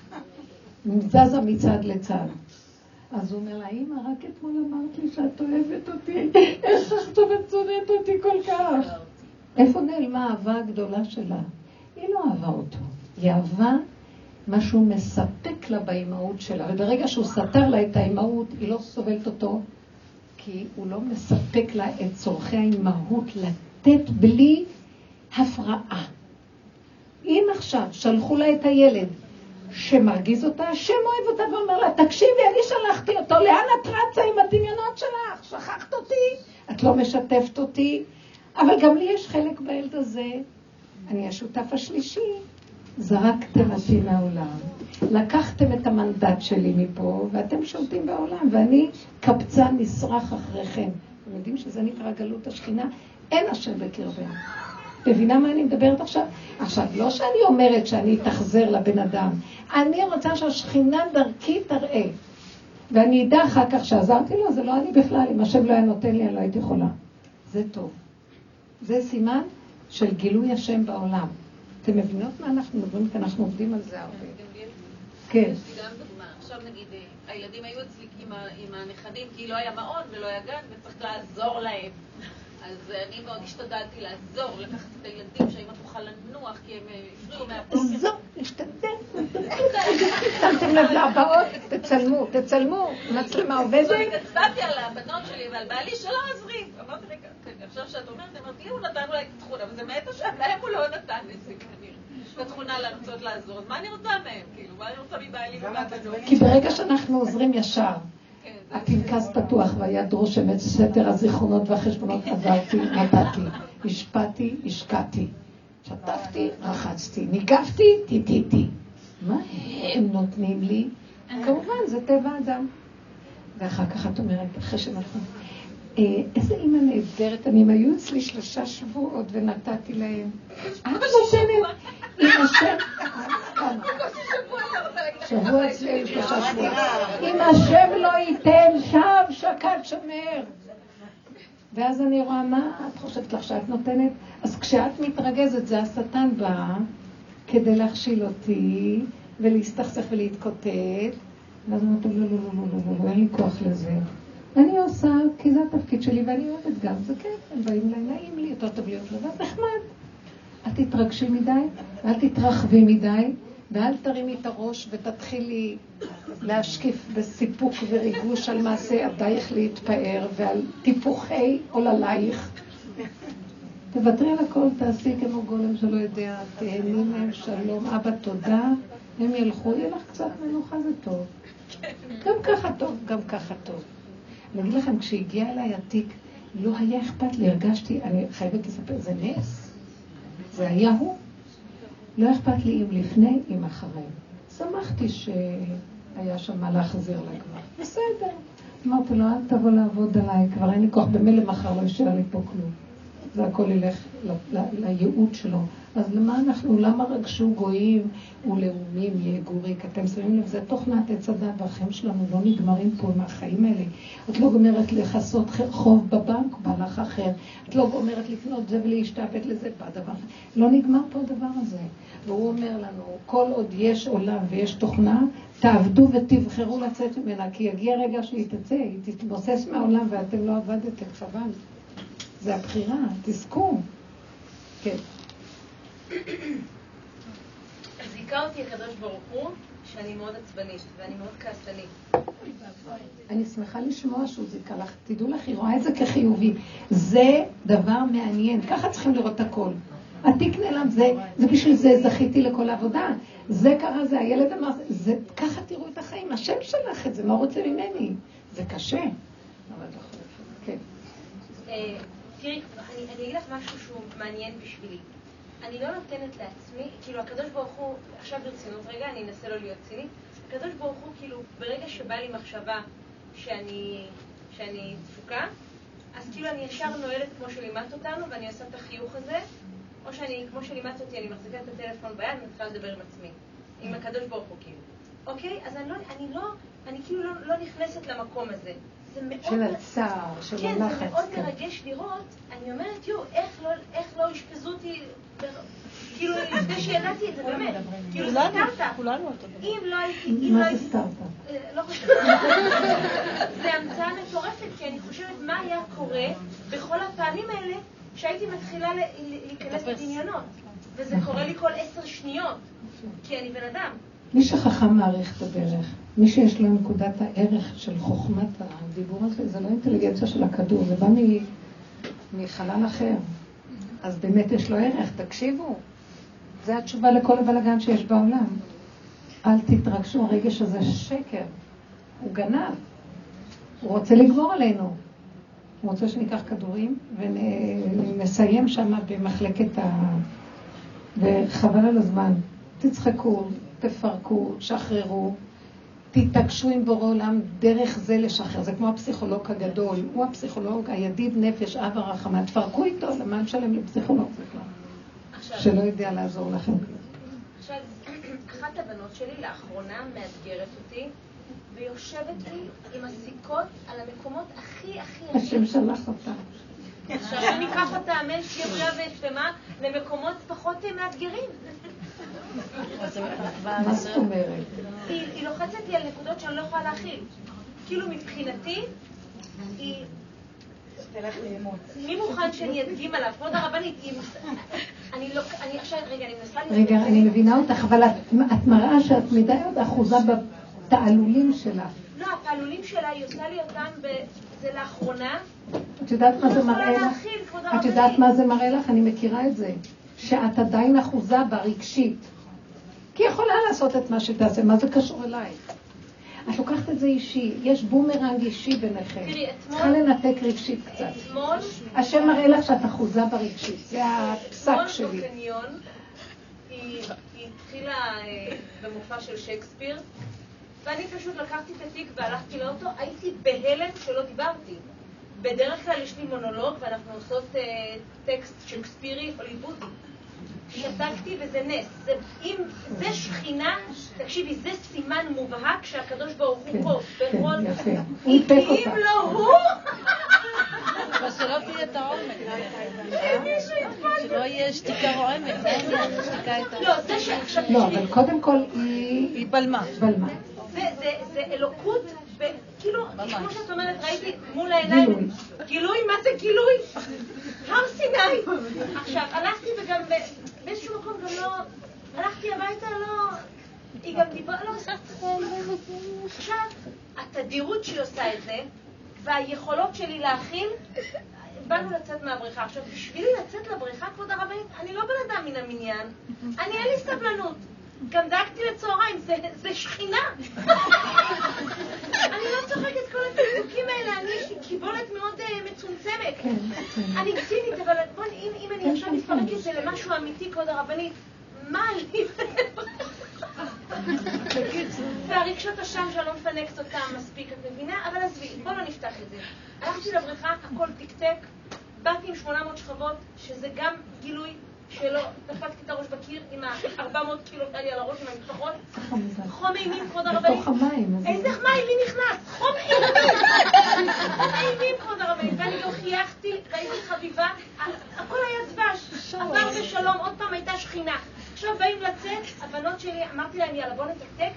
זזה מצד לצד? אז הוא אומר לה, אמא, רק אתמול אמרת לי שאת אוהבת אותי, איך עכשיו את צונאת אותי כל כך? איפה נעלמה האהבה הגדולה שלה? היא לא אהבה אותו, היא אהבה משהו מספק לה באימהות שלה, וברגע שהוא סתר לה את האימהות, היא לא סובלת אותו, כי הוא לא מספק לה את צורכי האימהות לתת בלי הפרעה. אם עכשיו שלחו לה את הילד שמרגיז אותה, השם אוהב אותה ואומר לה, תקשיבי, אני שלחתי אותו, לאן את רצה עם הדמיונות שלך? שכחת אותי? את לא משתפת אותי? אבל גם לי יש חלק בילד הזה. אני השותף השלישי. זרקתם אותי מהעולם. לקחתם את המנדט שלי מפה, ואתם שולטים בעולם, ואני קבצן נשרח אחריכם. אתם יודעים שזה נקרא גלות השכינה? אין השם בקרבנו. מבינה מה אני מדברת עכשיו? עכשיו, לא שאני אומרת שאני תחזר לבן אדם. אני רוצה שהשכינה דרכי תראה. ואני אדע אחר כך שעזרתי לו, זה לא אני בכלל. אם השם לא היה נותן לי, אני לא הייתי יכולה. זה טוב. זה סימן של גילוי השם בעולם. אתם מבינות מה אנחנו מדברים? כי אנחנו עובדים על זה הרבה. כן. יש לי גם דוגמה. עכשיו נגיד, הילדים היו אצלי עם הנכדים, כי לא היה מעון ולא היה גן, וצריך לעזור להם. אז אני מאוד השתדלתי לעזור, לקחת את הילדים שהאמא תוכל לנוח, כי הם הפריעו מהבוקר. עזור, השתדל. שמתם לב להבאות, תצלמו, תצלמו. מצלמה עובדת? הצבעתי על הבנות שלי ועל בעלי שלא עזרים. אמרתי, רגע, עכשיו שאת אומרת, אמרתי, לי הוא נתן אולי את התכונה, אבל זה מעט השם, להם הוא לא נתן את זה כנראה. את התכונה לרצות לעזור. אז מה אני רוצה מהם? כאילו, מה אני רוצה מבעלי ובבנות? כי ברגע שאנחנו עוזרים ישר, הפנקס פתוח והיד רושמת, ספר הזיכרונות והחשבונות עברתי, נתתי, השפעתי, השקעתי, שטפתי, רחצתי, ניגפתי, טיטיתי. מה הם נותנים לי? כמובן, זה טבע אדם. ואחר כך את אומרת, אחרי שאנחנו... איזה אימא נהדרת, אני היו אצלי שלושה שבועות ונתתי להם. את נותנת, אימא שם... שבוע אצלי שלושה שבועות. אם השם לא ייתן, שם שקד שומר. ואז אני רואה, מה את חושבת לך שאת נותנת? אז כשאת מתרגזת, זה השטן בא כדי להכשיל אותי ולהסתכסך ולהתקוטט. ואז אני אומרת, לא, לא, לא, לא, לא, אין לי כוח לזה. אני עושה, כי זה התפקיד שלי ואני אוהבת גם, זה כיף, הם באים להם, נעים לי, יותר טוב להיות לבד, נחמד. אל תתרגשי מדי, אל תתרחבי מדי, ואל תרימי את הראש ותתחילי להשקיף בסיפוק וריגוש על מעשה ידייך להתפאר ועל טיפוחי עוללייך. תוותרי על הכל, תעשי כמו גולם שלא יודע, תהני מהם שלום, אבא תודה, הם ילכו, יהיה לך קצת מנוחה, זה טוב. גם ככה טוב, גם ככה טוב. אני אגיד לכם, כשהגיע אליי התיק, לא היה אכפת לי, הרגשתי, אני חייבת לספר, זה נס. זה היה הוא. לא אכפת לי אם לפני, אם אחרי. שמחתי שהיה שם מה להחזיר לה כבר. בסדר. אמרתי לו, אל תבוא לעבוד עליי, כבר אין לי כוח, במילא מחר לא ישאר לי פה כלום. זה הכל ילך ל- ל- לייעוד שלו. אז למה אנחנו, למה רגשו גויים ולאומים יגוריק? אתם שמים לב, זה תוכנת עץ הדת, והחיים שלנו לא נגמרים פה עם החיים האלה. את לא גומרת לחסות חוב בבנק, בהלך אחר. את לא גומרת לקנות זה ולהשתעבד לזה בדבר. לא נגמר פה הדבר הזה. והוא אומר לנו, כל עוד יש עולם ויש תוכנה, תעבדו ותבחרו לצאת ממנה, כי יגיע רגע שהיא תצא, היא תתבוסס מהעולם ואתם לא עבדתם, חבל. זה הבחירה, תזכו. כן. זיכה אותי הקדוש ברוך הוא שאני מאוד עצבנית ואני מאוד כעסנית. אני שמחה לשמוע שהוא זיכה לך. תדעו לך, היא רואה את זה כחיובי. זה דבר מעניין. ככה צריכים לראות הכל. התיק נעלם, זה, זה בשביל זה זכיתי לכל העבודה. זה קרה, זה הילד אמר, זה, ככה תראו את החיים. השם שלך את זה, מה רוצה ממני? זה קשה. אבל לא יכול להיות. כן. תראי, אני אגיד לך משהו שהוא מעניין בשבילי. אני לא נותנת לעצמי, כאילו הקדוש ברוך הוא, עכשיו ברצינות רגע, אני אנסה לא להיות צינית, הקדוש ברוך הוא כאילו ברגע שבא לי מחשבה שאני, שאני דפוקה, אז כאילו אני ישר נועלת כמו שלימדת אותנו ואני עושה את החיוך הזה, או שאני, כמו שלימדת אותי, אני מחזיקה את הטלפון ביד ומתחילה לדבר עם עצמי, עם הקדוש ברוך הוא כאילו. אוקיי? אז אני לא, אני לא, אני כאילו לא, לא נכנסת למקום הזה. של הצער, של כן, הלחץ. זה מאוד מרגש לראות. אני אומרת, יו, איך לא, איך לא השפזו אותי, כאילו, לפני שידעתי את זה, באמת. כאילו, סטארט-אפ. כולנו אותו דבר. אם לא הייתי... מה זה סטארט-אפ? לא חושבת. זה המצאה מטורפת, כי אני חושבת מה היה קורה בכל הפעמים האלה שהייתי מתחילה להיכנס בדמיונות. וזה קורה לי כל עשר שניות, כי אני בן אדם. מי שחכם מעריך את הדרך, מי שיש לו נקודת הערך של חוכמת הדיבור הזה, זה לא אינטליגנציה של הכדור, זה בא מחלל אחר. אז באמת יש לו ערך, תקשיבו. זה התשובה לכל הבלגן שיש בעולם. אל תתרגשו, הרגש הזה שקר. הוא גנב. הוא רוצה לגמור עלינו. הוא רוצה שניקח כדורים ונסיים שם במחלקת ה... וחבל על הזמן. תצחקו, תפרקו, שחררו, תתעקשו עם בורא עולם דרך זה לשחרר. זה כמו הפסיכולוג הגדול, הוא הפסיכולוג, הידיד נפש, אב הרחמה. תפרקו איתו, למה נשלם לפסיכולוג בכלל? שלא יודע לעזור לכם. עכשיו, אחת הבנות שלי לאחרונה מאתגרת אותי, ויושבת לי עם הסיכות על המקומות הכי הכי הכי... השם שלח אותה. עכשיו אני אקח אותה, אמן, שיהיה בריאה ושלמה, למקומות פחות מאתגרים. מה זאת אומרת? היא לוחצת לי על נקודות שאני לא יכולה להכיל. כאילו מבחינתי, היא... מי מוכן שאני אדגים עליו? כבוד הרבנית, אני לא... אני עכשיו, רגע, אני מנסה... רגע, אני מבינה אותך, אבל את מראה שאת מדי עוד אחוזה בתעלולים שלך. לא, התעלולים שלה, היא עושה לי אותם ב... זה לאחרונה. את יודעת מה זה מראה לך? את יודעת מה זה מראה לך? אני מכירה את זה. שאת עדיין אחוזה ברגשית. כי היא יכולה לעשות את מה שתעשה. מה זה קשור אליי? את לוקחת את זה אישי. יש בומרנג אישי ביניכם. תראי, אתמול... צריכה לנתק רגשית קצת. אתמול... השם מראה לך שאת אחוזה ברגשית. זה הפסק שלי. אתמול בקניון, היא התחילה במופע של שייקספיר, ואני פשוט לקחתי את התיק והלכתי לאוטו, הייתי בהלם שלא דיברתי. בדרך כלל יש לי מונולוג ואנחנו עושות uh, טקסט שייקספירי הוליוודי. שתקתי וזה נס. זה, אם, זה שכינה, תקשיבי, זה סימן מובהק שהקדוש ברוך הוא פה. כן, בכל... יפה. אם לא הוא... אבל שלא תהיה את העומק. מישהו יתפל. שלא יהיה שתיקה רועמת. זה העניין, שתיקה את ה... לא, זה שעכשיו... לא, אבל קודם כל היא... היא בלמה. בלמה. זה אלוקות, כאילו, כמו שאת אומרת, ראיתי מול העיניים, גילוי, מה זה גילוי? הר סיני. עכשיו, הלכתי וגם באיזשהו מקום גם לא, הלכתי הביתה, לא, היא גם דיברה, לא עושה צחוק. עכשיו, התדירות שהיא עושה את זה, והיכולות שלי להכיל, באנו לצאת מהבריכה. עכשיו, בשבילי לצאת לבריכה, כבוד הרבנית, אני לא בן אדם מן המניין, אני אין לי סבלנות. גם דאגתי לצהריים, זה, זה שכינה. אני לא צוחקת כל התקוקים האלה, אני יש לי קיבולת מאוד uh, מצומצמת. אני צינית, אבל בוא, אם, אם אני עכשיו מתפרק את זה למשהו אמיתי, כבוד הרבנית, מה אני... והרגשות השם שאני לא מפנקת אותם מספיק, את מבינה? אבל עזבי, בוא לא נפתח את זה. הלכתי לבריכה, הכל תקתק, באתי עם שמונה מאות שכבות, שזה גם גילוי שלא דפקתי את הראש בקיר עם ה-ארבע מאות קילו תלי על הראש עם המפתחות. חום אימים, כבוד הרבנים. בתוך המים. איזה מים, מי נכנס? חום אימים. חום אימים, כבוד הרבנים. ואני גם חייכתי, ראיתי חביבה, הכל היה דבש. עבר בשלום, עוד פעם הייתה שכינה. עכשיו באים לצאת, הבנות שלי, אמרתי להם, יאללה, בוא נתקתק.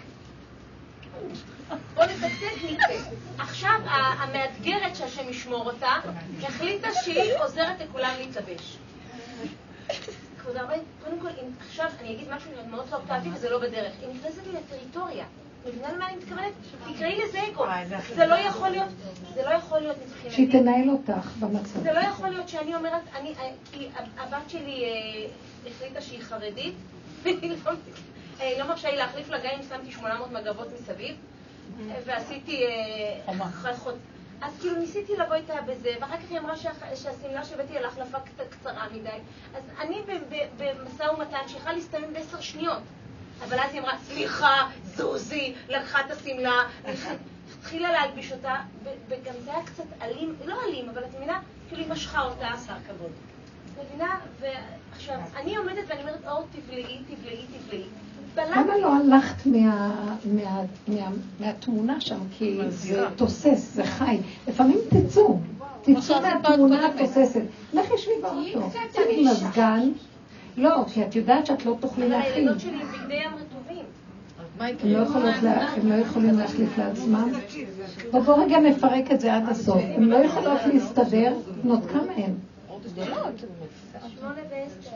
בוא נתקתק, נצא. עכשיו המאתגרת שהשם ישמור אותה, החליטה שהיא עוזרת לכולם להתלבש. כבוד הרבנית, קודם כל, עכשיו אני אגיד משהו מאוד לא אופטאבי וזה לא בדרך. היא נכנסת לי לטריטוריה. מבינה למה אני מתכוונת? תקראי לזה אגו. זה לא יכול להיות, זה לא יכול להיות מבחינתי. שהיא תנהל אותך במצב. זה לא יכול להיות שאני אומרת, אני, כי הבת שלי החליטה שהיא חרדית, והיא לא מרשה לי להחליף לה, גם אם שמתי שמונה מאות מגבות מסביב, ועשיתי חלחות. אז כאילו ניסיתי לבוא איתה בזה, ואחר כך היא אמרה שהסמלה שהבאתי לה החלפה קצרה מדי. אז אני במשא ומתן שיכולה להסתיים בעשר שניות. אבל אז היא אמרה, סליחה, זוזי, לקחה את הסמלה, התחילה להלביש אותה, וגם זה היה קצת אלים, לא אלים, אבל את מבינה, כאילו היא משכה אותה. עשה כבוד. מבינה? ועכשיו, אני עומדת ואני אומרת, אור, תבלעי, תבלעי, תבלעי. למה לא הלכת מהתמונה שם? כי זה תוסס, זה חי. לפעמים תצאו, תצאו מהתמונה התוססת. לך ישבי באוטו, תני מזגן. לא, כי את יודעת שאת לא תוכלי להכין. אבל הילדות שלי עם בגדי ים רטובים. הם לא יכולים להחליף לעצמם. בואו רגע נפרק את זה עד הסוף. הם לא יכולות להסתדר. בנות כמה הן? שמונה ועשר.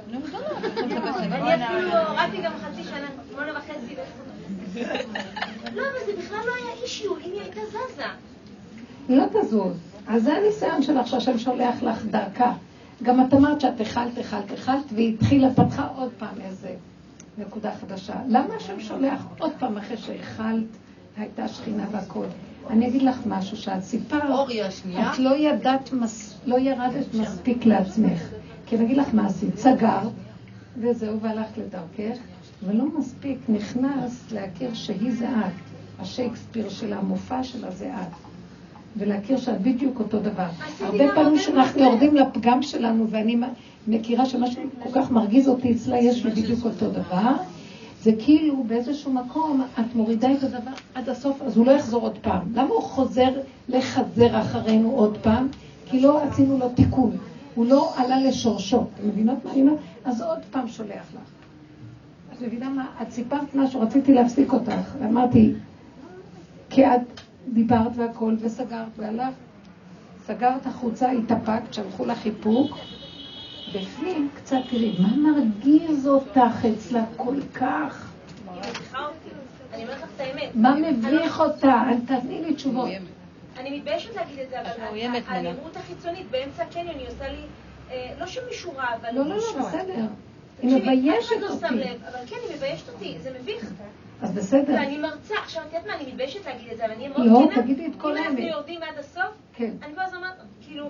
אני אפילו הורדתי גם חצי שנה, שמונה וחצי ועשר. לא, אבל זה בכלל לא היה אישיו, אם היא הייתה זזה. לא תזוז. אז זה הניסיון שלך שהשם שולח לך דרכה. גם את אמרת שאת אכלת, אכלת, אכלת, והיא התחילה, פתחה עוד פעם איזה נקודה חדשה. למה השם שולח עוד פעם אחרי שאכלת, הייתה שכינה והכל? אני אגיד לך משהו, שאת סיפרת, את לא ידעת, לא ירדת מספיק לעצמך. כי אני אגיד לך מה עשית, סגרת, וזהו, והלכת לדרכך, ולא מספיק נכנס להכיר שהיא זה את, השייקספיר שלה, המופע שלה זה את. ולהכיר שאת בדיוק אותו דבר. הרבה פעמים שאנחנו יורדים לפגם שלנו, ואני מכירה שמשהו כל כך מרגיז אותי אצלה, יש לי בדיוק אותו דבר, זה כאילו באיזשהו מקום את מורידה את הדבר עד הסוף, אז הוא לא יחזור עוד פעם. למה הוא חוזר לחזר אחרינו עוד פעם? כי לא עשינו לו תיקון. הוא לא עלה לשורשו. אתם מבינות מה אני אומרת? אז עוד פעם שולח לך. את מבינה מה? את סיפרת משהו, רציתי להפסיק אותך. אמרתי, כי את דיברת והכל וסגרת והלך. סגרת החוצה, התאפקת, שלחו לך חיפוק. בפנים קצת תראי, מה מרגיז אותך אצלה כל כך? היא מביכה אותי. אני אומרת לך את האמת. מה מביך אותה? אל תתני לי תשובות. אני מתביישת להגיד את זה, אבל הנראות החיצונית באמצע הקניון היא עושה לי, לא שמישהו רע, אבל... לא, לא, לא, בסדר. היא מביישת אותי. אבל כן, היא מביישת אותי, זה מביך. אז בסדר. ואני מרצה, עכשיו את יודעת מה, אני מתביישת להגיד את זה, אבל אני מאוד לא, כנה. תגידי את כל אם אנחנו האמת. יורדים עד הסוף, כן. אני כבר אומרת, כאילו,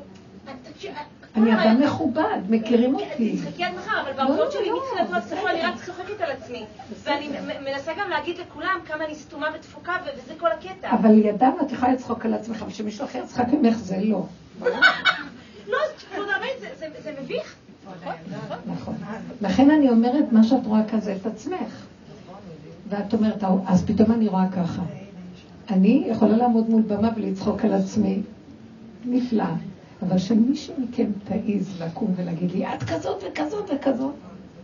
אני אדם מכובד, מכירים אותי. תצחקי עד מחר, אבל בהרצאות שלי מתחילת ועד סופו אני רק צוחקת על עצמי. ואני מנסה גם להגיד לכולם כמה אני סתומה ותפוקה, וזה כל הקטע. אבל ידם את יכולה לצחוק על עצמך, ושמישהו אחר צחק ממך זה לא. לא, כבוד הרבנית, זה מביך. נכון. לכן אני אומרת מה שאת רואה כזה את עצמך. ואת אומרת, אז פתאום אני רואה ככה. אני יכולה לעמוד מול במה ולצחוק על עצמי. נפלא. אבל שמישהו מכם תעיז לקום ולהגיד לי, את כזאת וכזאת וכזאת.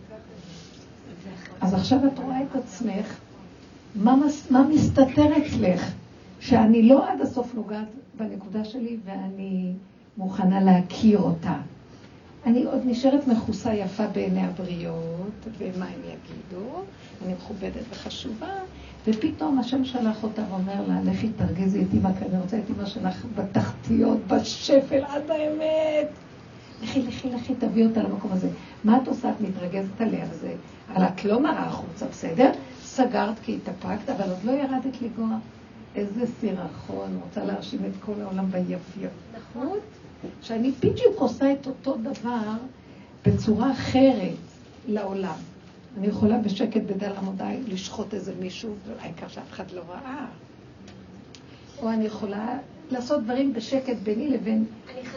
אז עכשיו את רואה את עצמך, מה, מה מסתתר אצלך? שאני לא עד הסוף נוגעת בנקודה שלי ואני מוכנה להכיר אותה. אני עוד נשארת מחוסה יפה בעיני הבריות, ומה הם יגידו, אני מכובדת וחשובה, ופתאום השם שלח אותה ואומר לה, לכי תרגיזי את אמא, כי אני רוצה את אמא שלך בתחתיות, בשפל, עד האמת. לכי, לכי, לכי, תביא אותה למקום הזה. מה את עושה? את מתרגזת עליה וזה, אבל את לא מראה החוצה, בסדר? סגרת כי התאפקת, אבל עוד לא ירדת לגוע. איזה סירחון, רוצה להרשים את כל העולם ביפיות. נכון? שאני בדיוק עושה את אותו דבר בצורה אחרת לעולם. אני יכולה בשקט בדל עמודיי לשחוט איזה מישהו, והעיקר שאף אחד לא ראה. או אני יכולה לעשות דברים בשקט ביני לבין... אני חזקת מה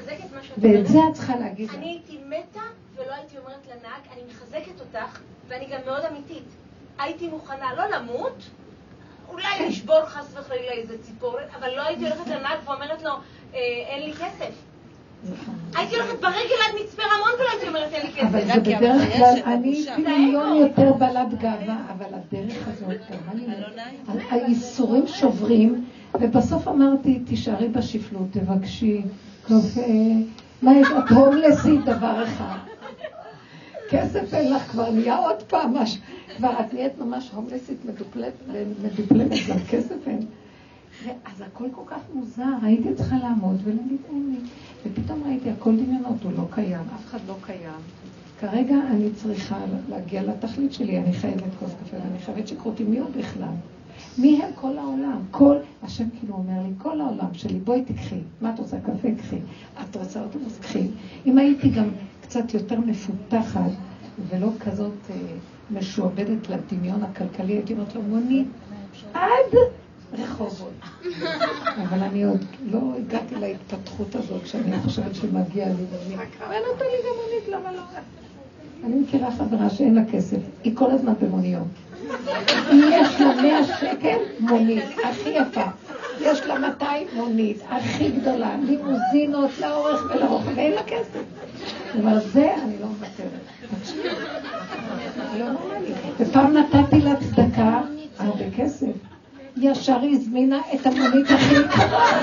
שאת אומרת. ואת זה את צריכה להגיד. אני הייתי מתה ולא הייתי אומרת לנהג, אני מחזקת אותך, ואני גם מאוד אמיתית. הייתי מוכנה לא למות, אולי לשבור חס וחלילה איזה ציפורת, אבל לא הייתי הולכת לנהג ואומרת לו, אין לי כסף. הייתי הולכת ברגל עד מצפה רמון ולא הייתי אומרת אין לי כסף. אבל זה בדרך כלל, אני מיליון יותר בעלת גאווה, אבל הדרך הזאת גרמה לי, האיסורים שוברים, ובסוף אמרתי, תישארי בשפלות, תבקשי, מה יש, את הומלסית דבר אחד. כסף אין לך, כבר נהיה עוד פעם, כבר את נהיית ממש הומלסית מדופלמת, גם כסף אין. אז הכל כל כך מוזר, הייתי צריכה לעמוד ולהגיד אין לי. ופתאום ראיתי, הכל דמיונות, הוא לא קיים, אף אחד לא קיים. כרגע אני צריכה להגיע לתכלית שלי, אני חייבת כוס קפה, ואני חייבת שקרותי מי הוא בכלל. מי הם כל העולם? כל, השם כאילו אומר לי, כל העולם שלי, בואי תקחי. מה את רוצה? קפה? קחי. את רוצה אוטובוס? קחי. אם הייתי גם קצת יותר מפותחת, ולא כזאת אה, משועבדת לדמיון הכלכלי, הייתי אומרת לו, מונית, עד רחובות. אבל אני עוד לא הגעתי להתפתחות הזאת, שאני חושבת שמגיע לי מונית. אבל נותן לי גם מונית, למה לא? אני מכירה חברה שאין לה כסף, היא כל הזמן במוניות. יש לה מאה שקל מונית, הכי יפה. יש לה מאתיים מונית, הכי גדולה, לימוזינות לאורך ולרוחב, ואין לה כסף. אבל זה אני לא מוותרת. לא נורמלי. ופעם נתתי לה צדקה, הרבה כסף. ישר הזמינה את המונית הכי יקרה.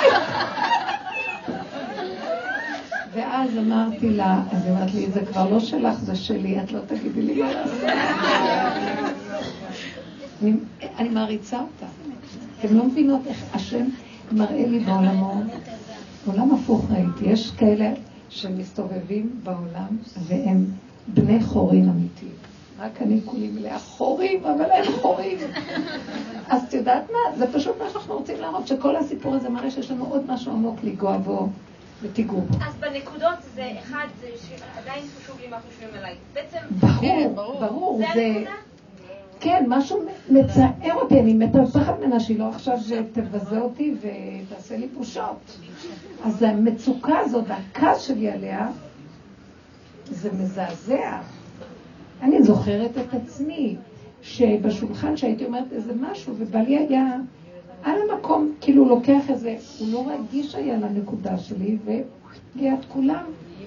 ואז אמרתי לה, אז אמרת לי, זה כבר לא שלך, זה שלי, את לא תגידי לי מה לעשות. אני, אני מעריצה אותה. אתם לא מבינות איך השם מראה לי בעולמו. עולם הפוך ראיתי. יש כאלה שמסתובבים בעולם והם בני חורין אמיתיים. רק אני כולי מלאה חורים, אבל אין חורים. אז את יודעת מה? זה פשוט מה שאנחנו רוצים להראות, שכל הסיפור הזה מראה שיש לנו עוד משהו עמוק לגוע בו ותיגעו בו. אז בנקודות זה אחד, זה שעדיין חשוב לי מה חושבים עליי. בעצם... ברור, ברור. זה הנקודה? כן, משהו מצער אותי, אני מפחד ממנה שהיא לא עכשיו תבזה אותי ותעשה לי בושות. אז המצוקה הזאת, הכעס שלי עליה, זה מזעזע. אני זוכרת את עצמי, שבשולחן שהייתי אומרת איזה משהו, ובעלי היה על המקום, כאילו לוקח איזה, הוא לא רגיש היה לנקודה שלי, וגיעת כולם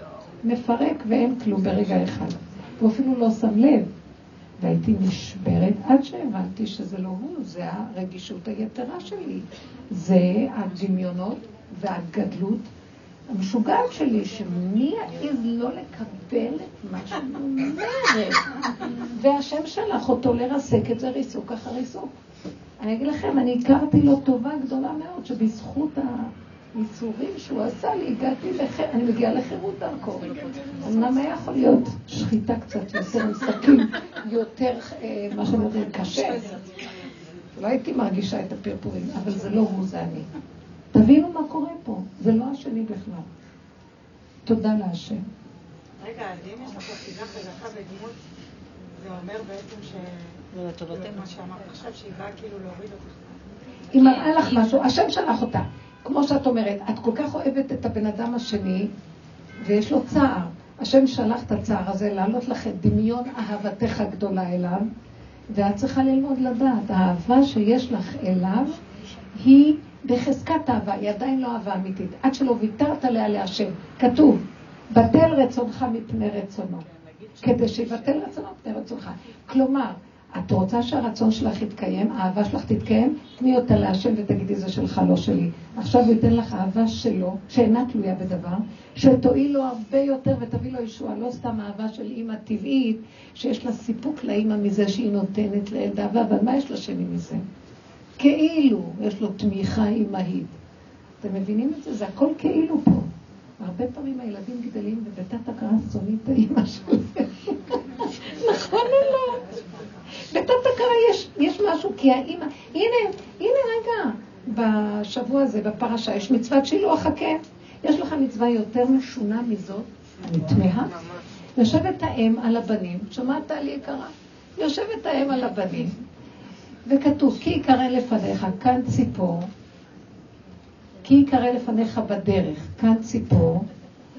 מפרק ואין כלום ברגע אחד. הוא אפילו לא שם לב. והייתי נשברת עד שהבנתי שזה לא הוא, זה הרגישות היתרה שלי. זה הדמיונות והגדלות המשוגעת שלי, שמי העז לא לקבל את מה שאני אומרת. והשם שלח אותו לרסק את זה ריסוק אחר ריסוק. אני אגיד לכם, אני הכרתי לו טובה גדולה מאוד, שבזכות האיסורים שהוא עשה לי, הגעתי לח... אני מגיעה לחירות דרכו. אמנם היה יכול להיות שחיטה קצת יותר מסכים, יותר, אה, מה שאומרים, קשה. לא הייתי מרגישה את הפרפורים, אבל זה לא הוא, זה אני. תבינו מה קורה פה, זה לא השני בכלל. תודה להשם. רגע, אם יש לך תפילה חזקה בדמות, זה אומר בעצם ש... זה לטובתנו. מה שאמרת עכשיו, שהיא באה כאילו להוריד אותך. היא מראה לך משהו, השם שלח אותה. כמו שאת אומרת, את כל כך אוהבת את הבן אדם השני, ויש לו צער. השם שלח את הצער הזה, להעלות לך את דמיון אהבתך הגדולה אליו, ואת צריכה ללמוד לדעת, האהבה שיש לך אליו, היא בחזקת אהבה, היא עדיין לא אהבה אמיתית. עד שלא ויתרת עליה להשם. כתוב, בטל רצונך מפני רצונו. כדי שיבטל רצונו מפני רצונך. כלומר, את רוצה שהרצון שלך יתקיים, האהבה שלך תתקיים, תני אותה להשם ותגידי זה שלך, לא שלי. עכשיו הוא ייתן לך אהבה שלו, שאינה תלויה בדבר, שתועיל לו הרבה יותר ותביא לו ישועה, לא סתם אהבה של אימא טבעית, שיש לה סיפוק לאימא מזה שהיא נותנת לילדה, אבל מה יש לשני מזה? כאילו יש לו תמיכה אימהית. אתם מבינים את זה? זה הכל כאילו פה. הרבה פעמים הילדים גדלים ובתת הכרה שונאים את האימא שלהם. נכון או לא? בתת הכרה יש, יש משהו, כי האימא... הנה, הנה רגע, בשבוע הזה, בפרשה, יש מצוות שילוח הקן. יש לך מצווה יותר משונה מזאת, אני תמהה. יושבת האם על הבנים, שומעת לי יקרה? יושבת האם על הבנים, וכתוב, כי יקרא לפניך, כאן ציפור, כי יקרא לפניך בדרך, כאן ציפור,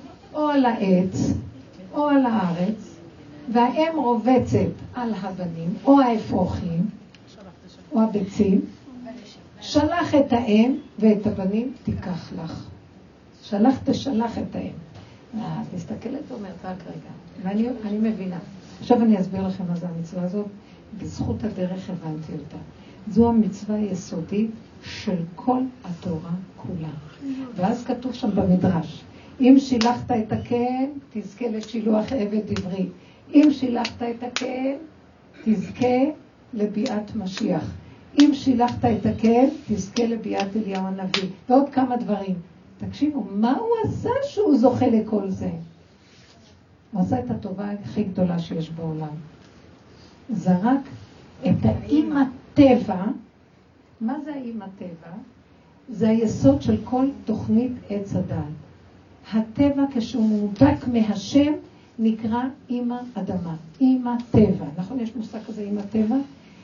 או על העץ, או על הארץ, והאם רובצת על הבנים, או האפרוחים, או הביצים, שלח את האם ואת הבנים תיקח לך. שלח תשלח את האם. אה, תסתכלת ואומרת רק רגע. ואני אני מבינה. עכשיו אני אסביר לכם מה זה המצווה הזאת. בזכות הדרך הבנתי אותה. זו המצווה היסודית של כל התורה כולה. ואז כתוב שם במדרש, אם שילחת את הקן, תזכה לשילוח עבד עברי. אם שילחת את הקן, תזכה לביאת משיח. אם שילחת את הקן, תזכה לביאת אליהו הנביא. ועוד כמה דברים. תקשיבו, מה הוא עשה שהוא זוכה לכל זה? הוא עשה את הטובה הכי גדולה שיש בעולם. זרק את האם הטבע. מה זה האם הטבע? זה היסוד של כל תוכנית עץ הדעת. הטבע כשהוא מונתק מהשם נקרא אמא אדמה, אמא טבע. נכון, יש מושג כזה אמא טבע?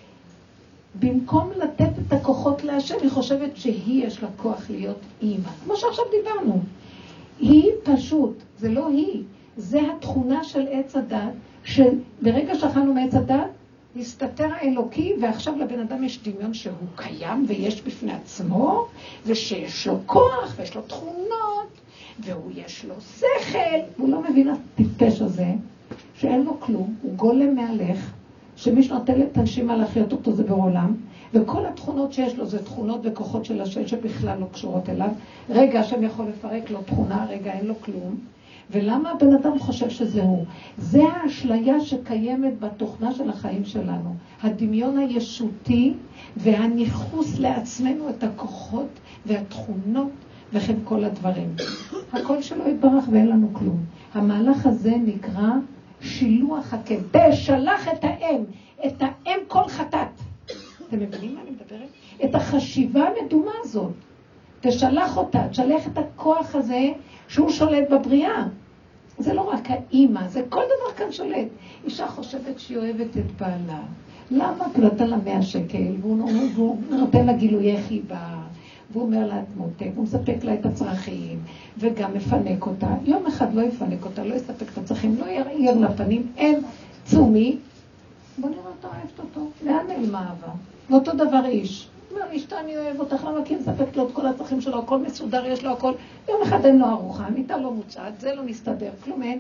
במקום לתת את הכוחות להשם, היא חושבת שהיא יש לה כוח להיות אמא. כמו שעכשיו דיברנו. היא פשוט, זה לא היא, זה התכונה של עץ הדת, שברגע שאכלנו מעץ הדת, הסתתר האלוקי, ועכשיו לבן אדם יש דמיון שהוא קיים ויש בפני עצמו, ושיש לו כוח ויש לו תכונות, והוא יש לו שכל. הוא לא מבין הטיפש הזה, שאין לו כלום, הוא גולם מהלך, שמי שנותן את הנשימה להחיות אותו זה בעולם, וכל התכונות שיש לו זה תכונות וכוחות של השם שבכלל לא קשורות אליו. רגע השם יכול לפרק לו תכונה, רגע אין לו כלום. ולמה הבן אדם חושב שזה הוא? זה האשליה שקיימת בתוכנה של החיים שלנו. הדמיון הישותי והניחוס לעצמנו את הכוחות והתכונות וכן כל הדברים. הכל שלא יתברך ואין לנו כלום. המהלך הזה נקרא שילוח הקן. תשלח את האם, את האם כל חטאת. אתם מבינים מה אני מדברת? את החשיבה המדומה הזאת. תשלח אותה, תשלח את הכוח הזה שהוא שולט בבריאה. זה לא רק האימא, זה כל דבר כאן שולט. אישה חושבת שהיא אוהבת את בעלה. למה? כי הוא נותן לה מאה שקל, והוא נותן לה גילויי חיבה, והוא אומר לה את מותק, הוא מספק לה את הצרכים, וגם מפנק אותה. יום אחד לא יפנק אותה, לא יספק את הצרכים, לא יריר לפנים, אין צומי. בוא נראה אותה, אוהבת אותו. לאן נעלמה אהבה? ואותו דבר איש. אומר, אשתה אני אוהב אותך, למה כי מספק לו את כל הצרכים שלו, הכל מסודר, יש לו הכל. יום אחד אין לו ארוחה, המיטה לא מוצעת, זה לא מסתדר, כלום אין.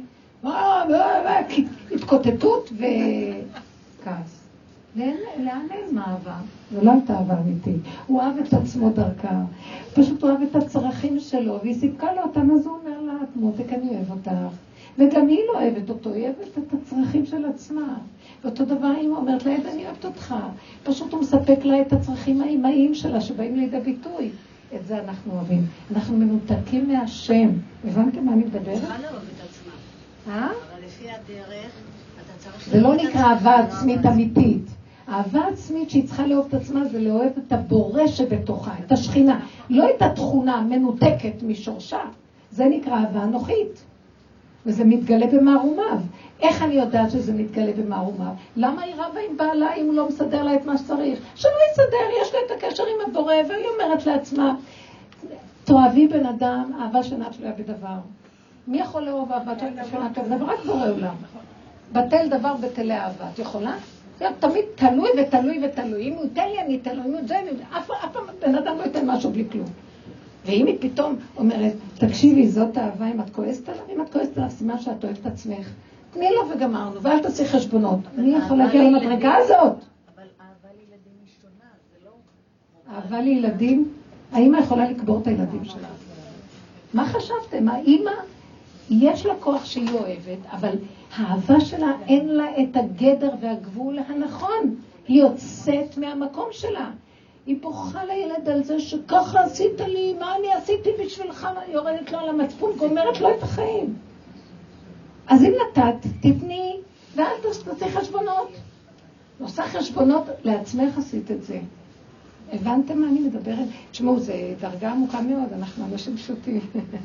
התקוטטות וכעס. לאן נעלמה אהבה? זה לא הייתה אהבה אמיתית. הוא אהב את עצמו דרכה. פשוט הוא אהב את הצרכים שלו, והיא סיפקה לו אותם, אז הוא אומר לה, את מותק, אני אוהב אותך. וגם היא לא אוהבת אותו, היא אוהבת את הצרכים של עצמה. ואותו דבר היא אומרת לה, אני אוהבת אותך. פשוט הוא מספק לה את הצרכים האימהיים שלה, שבאים לידי ביטוי. את זה אנחנו אוהבים. אנחנו מנותקים מהשם. הבנתם מה אני מדברת? מה לא אוהב את עצמה? אה? אבל לפי הדרך, אתה צריך... זה לא נקרא אהבה עצמית אמיתית. אהבה עצמית שהיא צריכה לאהוב את עצמה, זה לאהוב את הבורא שבתוכה, את השכינה. לא את התכונה מנותקת משורשה. זה נקרא אהבה אנוכית. וזה מתגלה במערומיו. איך אני יודעת שזה מתגלה במערומיו? למה היא רבה עם בעלה אם הוא לא מסדר לה את מה שצריך? שלא יסדר, יש לה את הקשר עם הבורא, והיא אומרת לעצמה, תאהבי בן אדם, אהבה שנה תלויה בדבר. מי יכול לאהוב אהבה שנה כזה? דבר רק בורא עולם. בטל דבר בטלי אהבה. את יכולה? זה תמיד תלוי ותלוי ותלוי. אם הוא ייתן לי, אני אתן לו. אם הוא זה, אף פעם בן אדם לא ייתן משהו בלי כלום. ואם היא פתאום אומרת, תקשיבי, זאת אהבה, אם את כועסת עליו, אם את כועסת עליו, סימן שאת אוהבת את עצמך. תני לו וגמרנו, ואל תעשי חשבונות. מי יכול להגיע למדרגה הזאת? אבל אהבה לילדים היא שונה, זה לא... אהבה לילדים? האמא יכולה לקבור את הילדים שלה. מה חשבתם? האמא, יש לה כוח שהיא אוהבת, אבל האהבה שלה אין לה את הגדר והגבול הנכון. היא יוצאת מהמקום שלה. היא בוכה לילד על זה שככה עשית לי, מה אני עשיתי בשבילך, יורדת לו על המצפון, גומרת לו את החיים. אז אם נתת, תתני, ואל תעשי חשבונות. עושה חשבונות, לעצמך עשית את זה. הבנתם מה אני מדברת? תשמעו, זו דרגה עמוקה מאוד, אנחנו אנשים פשוטים.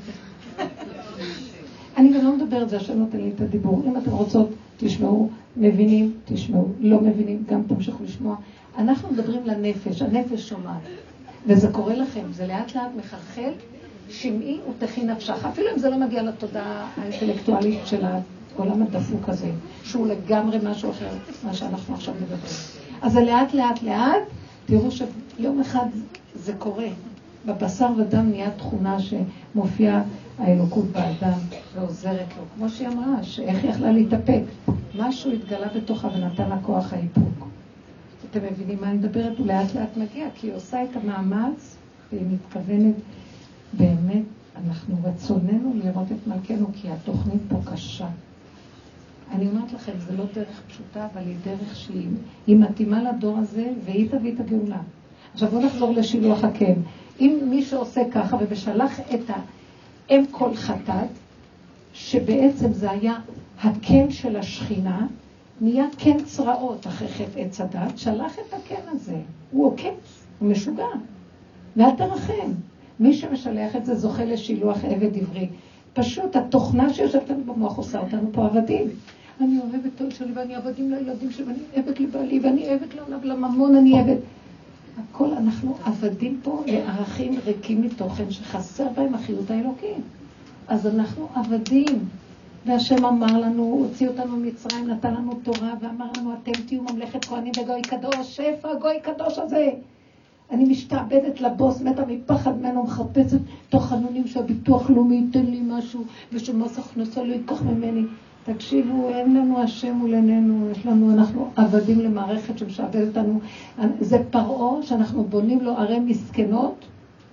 אני גם לא מדברת, זה השם נותן לי את הדיבור. אם אתם רוצות, תשמעו, מבינים, תשמעו, לא מבינים, גם תמשיכו לשמוע. אנחנו מדברים לנפש, הנפש שומעת. וזה קורה לכם, זה לאט לאט מחלחל, שמעי ותכי נפשך, אפילו אם זה לא מגיע לתודעה האינטלקטואלית של העולם הדפוק הזה, שהוא לגמרי משהו אחר, מה שאנחנו עכשיו מדברים. אז לאט לאט לאט, תראו שיום אחד זה קורה. בבשר ודם נהיה תכונה שמופיעה האלוקות באדם ועוזרת לו. כמו שהיא אמרה, שאיך יכלה להתאפק. משהו התגלה בתוכה ונתן לה כוח האיפוק. אתם מבינים מה אני מדברת? הוא לאט לאט מגיע, כי היא עושה את המאמץ, והיא מתכוונת, באמת, אנחנו רצוננו לראות את מלכנו, כי התוכנית פה קשה. אני אומרת לכם, זה לא דרך פשוטה, אבל היא דרך שהיא מתאימה לדור הזה, והיא תביא את הגאולה. עכשיו בואו נחזור לשילוח הקן. אם מי שעושה ככה ובשלח את האם כל חטאת, שבעצם זה היה הקן של השכינה, נהיה קן צרעות אחרי חטא עץ הדת, שלח את הקן הזה. הוא עוקץ, הוא משוגע. ואל תרחם. מי שמשלח את זה זוכה לשילוח עבד עברי. פשוט התוכנה שיושבת לנו במוח עושה אותנו פה עבדים. אני אוהבת תול שלי ואני עבדים לילדים שלי ואני עבד לבעלי ואני עבד לממון, אני עבד. הכל אנחנו עבדים פה לערכים ריקים מתוכן שחסר בהם החיות האלוקית. אז אנחנו עבדים. והשם אמר לנו, הוציא אותנו ממצרים, נתן לנו תורה ואמר לנו, אתם תהיו ממלכת כהנים וגוי קדוש, שפע הגוי קדוש הזה. אני משתעבדת לבוס, מתה מפחד ממנו, מחפשת תוך חנונים שהביטוח לאומי ייתן לי משהו ושמס הכנסה לא ייקח ממני. תקשיבו, אין לנו השם מול עינינו, יש לנו, אנחנו עבדים למערכת שמשעבד אותנו. זה פרעה שאנחנו בונים לו ערי מסכנות,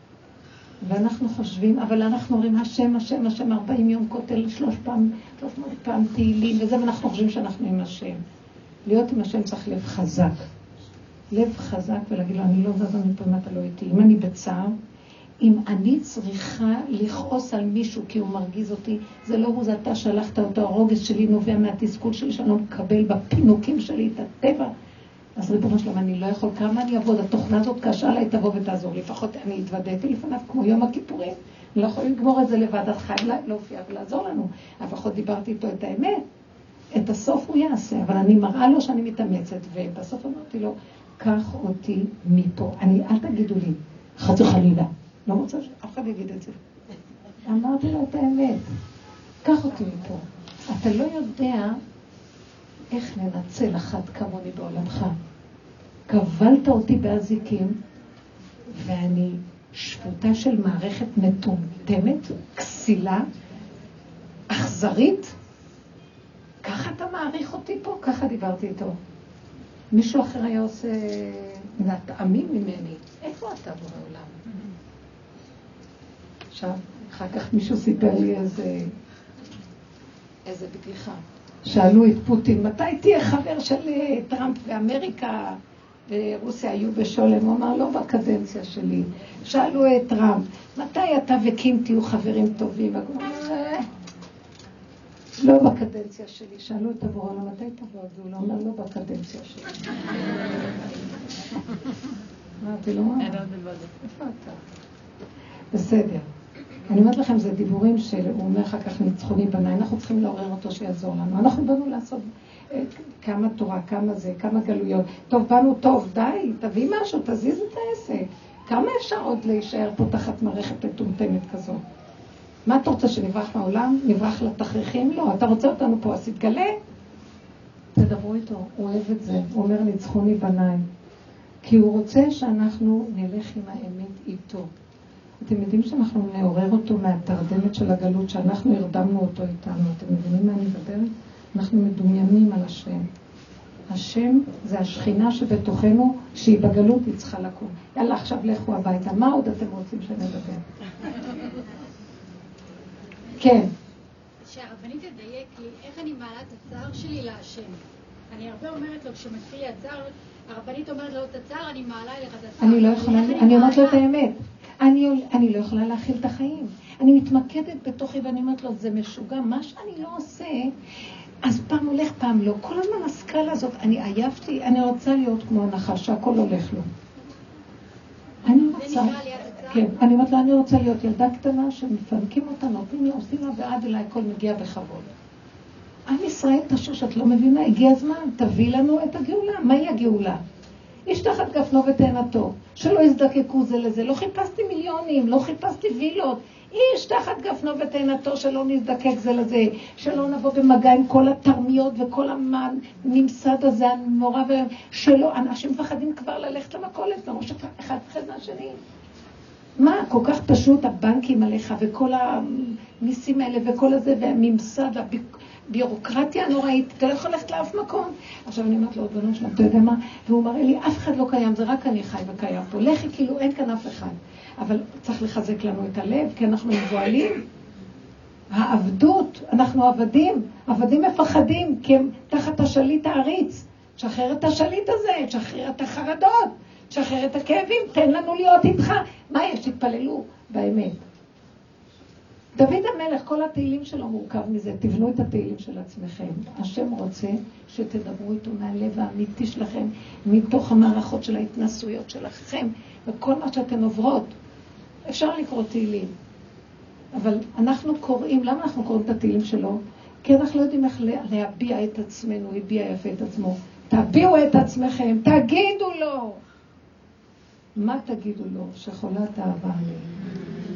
ואנחנו חושבים, אבל אנחנו אומרים השם, השם, השם, ארבעים יום כותל, שלוש פעם, שלוש מאות פעם תהילים, וזה, ואנחנו חושבים שאנחנו עם השם. להיות עם השם צריך לב חזק. לב חזק ולהגיד לו, אני לא זז, אני פה אם אתה לא איתי. אם אני בצער, אם אני צריכה לכעוס על מישהו כי הוא מרגיז אותי, זה לא הוא, זה אתה שלחת אותו, הרוגז שלי נובע מהתסכול שלי, שאני לא מקבל בפינוקים שלי את הטבע. אז ריבונו שלום, אני לא יכול, כמה אני אעבוד, התוכנה הזאת קשה עליי, תבוא ותעזור. לפחות אני התוודעתי לפניו כמו יום הכיפורים, אני לא יכולים לגמור את זה לבד, אז חייב להופיע ולעזור לנו. לפחות דיברתי איתו את האמת, את הסוף הוא יעשה, אבל אני מראה לו שאני מתאמצת, ובסוף אמרתי לו, קח אותי מפה. אני, אל תגידו לי, חצי חלילה. לא רוצה שאף אחד יגיד את זה. אמרתי לו את האמת. קח אותי מפה. אתה לא יודע איך לנצל אחת כמוני בעולמך. קבלת אותי באזיקים, ואני שפוטה של מערכת מטומטמת, כסילה, אכזרית. ככה אתה מעריך אותי פה? ככה דיברתי איתו. מישהו אחר היה עושה נטעמים ממני. איפה אתה בעולם? עכשיו, אחר כך מישהו סיפר לי איזה, איזה בדיחה. שאלו את פוטין, מתי תהיה חבר של טראמפ ואמריקה ורוסיה היו בשולם? הוא אמר, לא בקדנציה שלי. שאלו את טראמפ, מתי אתה וקים תהיו חברים טובים? הוא אמר, לא בקדנציה שלי. שאלו את הבורא, מתי תבוא? והוא לא אומר, לא בקדנציה שלי. אמרתי לו, מה? איפה אתה? בסדר. אני אומרת לכם, זה דיבורים שהוא אומר אחר כך ניצחוני בני, אנחנו צריכים לעורר אותו שיעזור לנו. אנחנו באנו לעשות כמה תורה, כמה זה, כמה גלויות. טוב, באנו טוב, די, תביא משהו, תזיז את העסק. כמה אפשר עוד להישאר פה תחת מערכת מטומטמת כזו? מה אתה רוצה, שנברח מהעולם? נברח לתכריכים? לא, אתה רוצה אותנו פה, אז תתגלה. תדברו איתו, הוא אוהב את זה, הוא אומר ניצחוני בני. כי הוא רוצה שאנחנו נלך עם האמת איתו. אתם יודעים שאנחנו נעורר אותו מהתרדמת של הגלות, שאנחנו הרדמנו אותו איתנו. אתם מבינים מה אני מדברת? אנחנו מדומיינים על השם. השם זה השכינה שבתוכנו, שהיא בגלות, היא צריכה לקום. יאללה, עכשיו לכו הביתה. מה עוד אתם רוצים שנדבר? כן. שהרבנית תדייק לי, איך אני מעלה את הצער שלי להשם. אני הרבה אומרת לו, כשמתחיל לי הצער, הרבנית אומרת לו את הצער, אני מעלה אליך את הצער. אני לא יכולה, אני אומרת לו את האמת. אני, אני לא יכולה להכיל את החיים. אני מתמקדת בתוכי ואני אומרת לו, זה משוגע, מה שאני לא עושה, אז פעם הולך, פעם לא. כל הזמן הסקאלה הזאת, אני עייפתי, אני רוצה להיות כמו הנחש, שהכל הולך לו. אני רוצה, כן, אני אומרת לו, אני רוצה להיות ילדה קטנה שמפנקים אותה, נותנים לי, עושים לה ועד אליי, הכל מגיע בכבוד. עם ישראל תשוש, את לא מבינה, הגיע הזמן, תביא לנו את הגאולה. מהי הגאולה? איש תחת גפנו ותאנתו, שלא יזדקקו זה לזה. לא חיפשתי מיליונים, לא חיפשתי וילות. איש תחת גפנו ותאנתו, שלא נזדקק זה לזה, שלא נבוא במגע עם כל התרמיות וכל הממסד הזה הנורא, שלא, אנשים מפחדים כבר ללכת למכולת, מראש אחד אחד מהשני. מה, כל כך פשוט הבנקים עליך וכל המיסים האלה וכל הזה והממסד, הבירוקרטיה הנוראית, אתה לא יכול ללכת לאף מקום. עכשיו אני אומרת לו, בנו שלם, אתה יודע מה? והוא מראה לי, אף אחד לא קיים, זה רק אני חי וקיים פה. לכי כאילו אין כאן אף אחד. אבל צריך לחזק לנו את הלב, כי אנחנו מבועלים. העבדות, אנחנו עבדים, עבדים מפחדים, כי הם תחת השליט העריץ. תשחרר את השליט הזה, תשחרר את החרדות, תשחרר את הכאבים, תן לנו להיות איתך. מה יש? תתפללו באמת. דוד המלך, כל התהילים שלו מורכב מזה, תבנו את התהילים של עצמכם. השם רוצה שתדברו איתו מהלב האמיתי שלכם, מתוך המערכות של ההתנסויות שלכם, וכל מה שאתן עוברות. אפשר לקרוא תהילים, אבל אנחנו קוראים, למה אנחנו קוראים את התהילים שלו? כי אנחנו לא יודעים איך להביע את עצמנו, הוא הביע יפה את עצמו. תביעו את עצמכם, תגידו לו. מה תגידו לו? שחולת אהבה עליהם.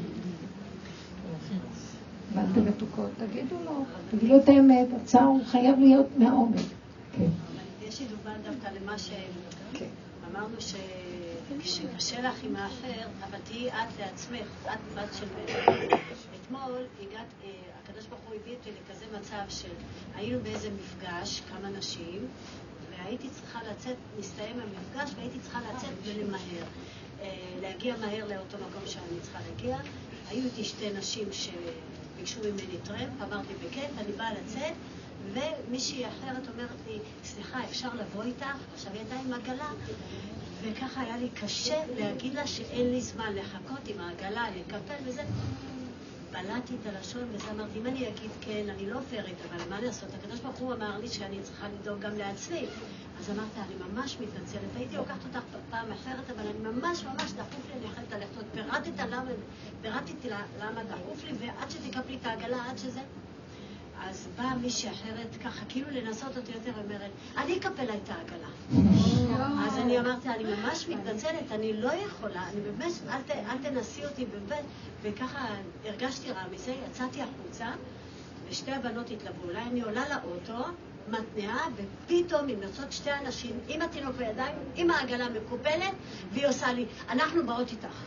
ואתם מתוקות, תגידו לו, תגידו לו את האמת, הצער הוא חייב להיות מהעומק. כן. יש לי דוגמה דווקא למה שאמרנו שקשה לך עם האחר, אבל תהיי את לעצמך, את בת של בן. אתמול הגעת, הקדוש ברוך הוא הביא אותי לכזה מצב שהיינו באיזה מפגש, כמה נשים, והייתי צריכה לצאת, נסתיים המפגש, והייתי צריכה לצאת ולמהר. להגיע מהר לאותו מקום שאני צריכה להגיע. היו איתי שתי נשים שביקשו ממני טרמפ, אמרתי בכיף, אני באה לצאת, ומישהי אחרת אומרת לי, סליחה, אפשר לבוא איתך? עכשיו היא הייתה עם עגלה, וככה היה לי קשה להגיד לה שאין לי זמן לחכות עם העגלה, לקפל וזה. בלעתי את הלשון וזה, אמרתי, אם אני אגיד כן, אני לא פרית, אבל מה לעשות? הקדוש ברוך הוא אמר לי שאני צריכה לדאוג גם לעצמי. אז אמרתי, אני ממש מתנצלת, הייתי לוקחת אותך פעם אחרת, אבל אני ממש ממש דחוף לי, אני יכולת ללכת עוד, פירטת למה, פירטתי למה דחוף לי, ועד שתקפלי את העגלה, עד שזה... אז באה מישהי אחרת ככה, כאילו לנסות אותי יותר, אומרת, אני אקפל לה את העגלה. אז אני אמרתי, אני ממש מתנצלת, אני לא יכולה, אני באמת, אל, ת, אל תנסי אותי באמת, וככה הרגשתי רע מזה, יצאתי החוצה, ושתי הבנות התלוו, אולי אני עולה לאוטו, מתנאה, ופתאום אם יוצאות שתי אנשים עם התינוק בידיים, עם העגלה מקופלת, והיא עושה לי, אנחנו באות איתך.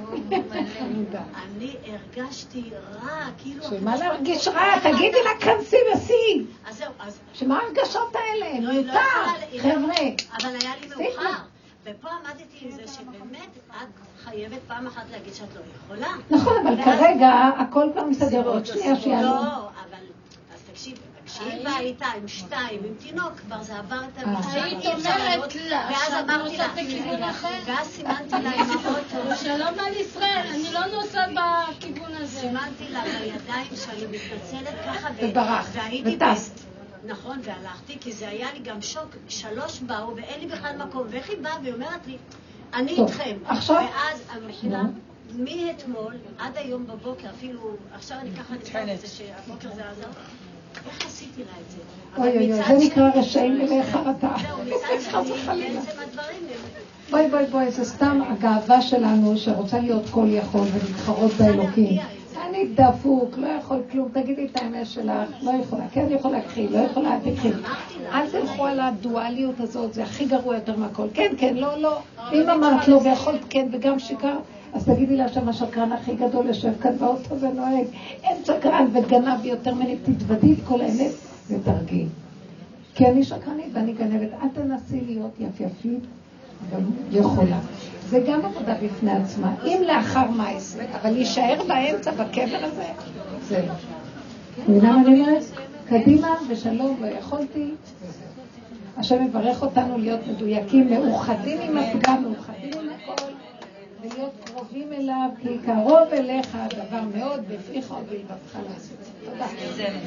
אני הרגשתי רע, כאילו... שמה להרגיש רע? תגידי לה כנסי וסי. אז זהו, אז... שמה הרגשות האלה? מיותר, חבר'ה. אבל היה לי מאוחר. ופה עמדתי עם זה שבאמת את חייבת פעם אחת להגיד שאת לא יכולה. נכון, אבל כרגע הכל כבר מסדר עוד שנייה שיעלו. לא, אבל... אז תקשיב, כשהיא באה איתה עם שתיים, עם תינוק, כבר זה עבר את המחשב. היית אומרת לה, ואז אמרתי לה, בכיוון אחר. ואז סימנתי לה עם האוטו. שלום על ישראל, אני לא נוסעת בכיוון הזה. סימנתי לה בידיים שאני מתנצלת ככה. וברח, וטסת. נכון, והלכתי, כי זה היה לי גם שוק. שלוש באו, ואין לי בכלל מקום. ואיך היא באה והיא אומרת לי, אני איתכם. עכשיו? ואז המחילה, מאתמול עד היום בבוקר, אפילו, עכשיו אני ככה נזכרת את זה שהבוקר זה עזר. איך עשיתי לה את זה? אוי אוי אוי, זה נקרא רשעים מלא חרטה. זהו, מצד שני, בעצם הדברים הם... בואי בואי בואי, זה סתם הגאווה שלנו שרוצה להיות כל יכול ולהתחרות באלוקים. אני דפוק, לא יכול כלום, תגידי את האמת שלך, לא יכולה, כן יכולה לקחי, לא יכולה תקחי. אל תלכו על הדואליות הזאת, זה הכי גרוע יותר מהכל. כן, כן, לא, לא. אם אמרת לו ויכולת כן וגם שיקר, אז תגידי לה שם השקרן הכי גדול יושב כאן באוטו ונוהג. אין שקרן וגנב יותר ממני, תתוודי את כל האמת ותרגיעי. כי אני שקרנית ואני גנבת. אל תנסי להיות יפייפית, אבל יכולה. זה גם עבודה בפני עצמה. אם לאחר מייס, אבל להישאר באמצע, בקבר הזה, זה. מבינה מה אני אומרת? קדימה ושלום, לא יכולתי. השם מברך אותנו להיות מדויקים, מאוחדים עם הפגם, מאוחדים עם הכל, ולהיות קרובים אליו, כי קרוב אליך הדבר מאוד, בפיך ובלבבך לעשות. תודה.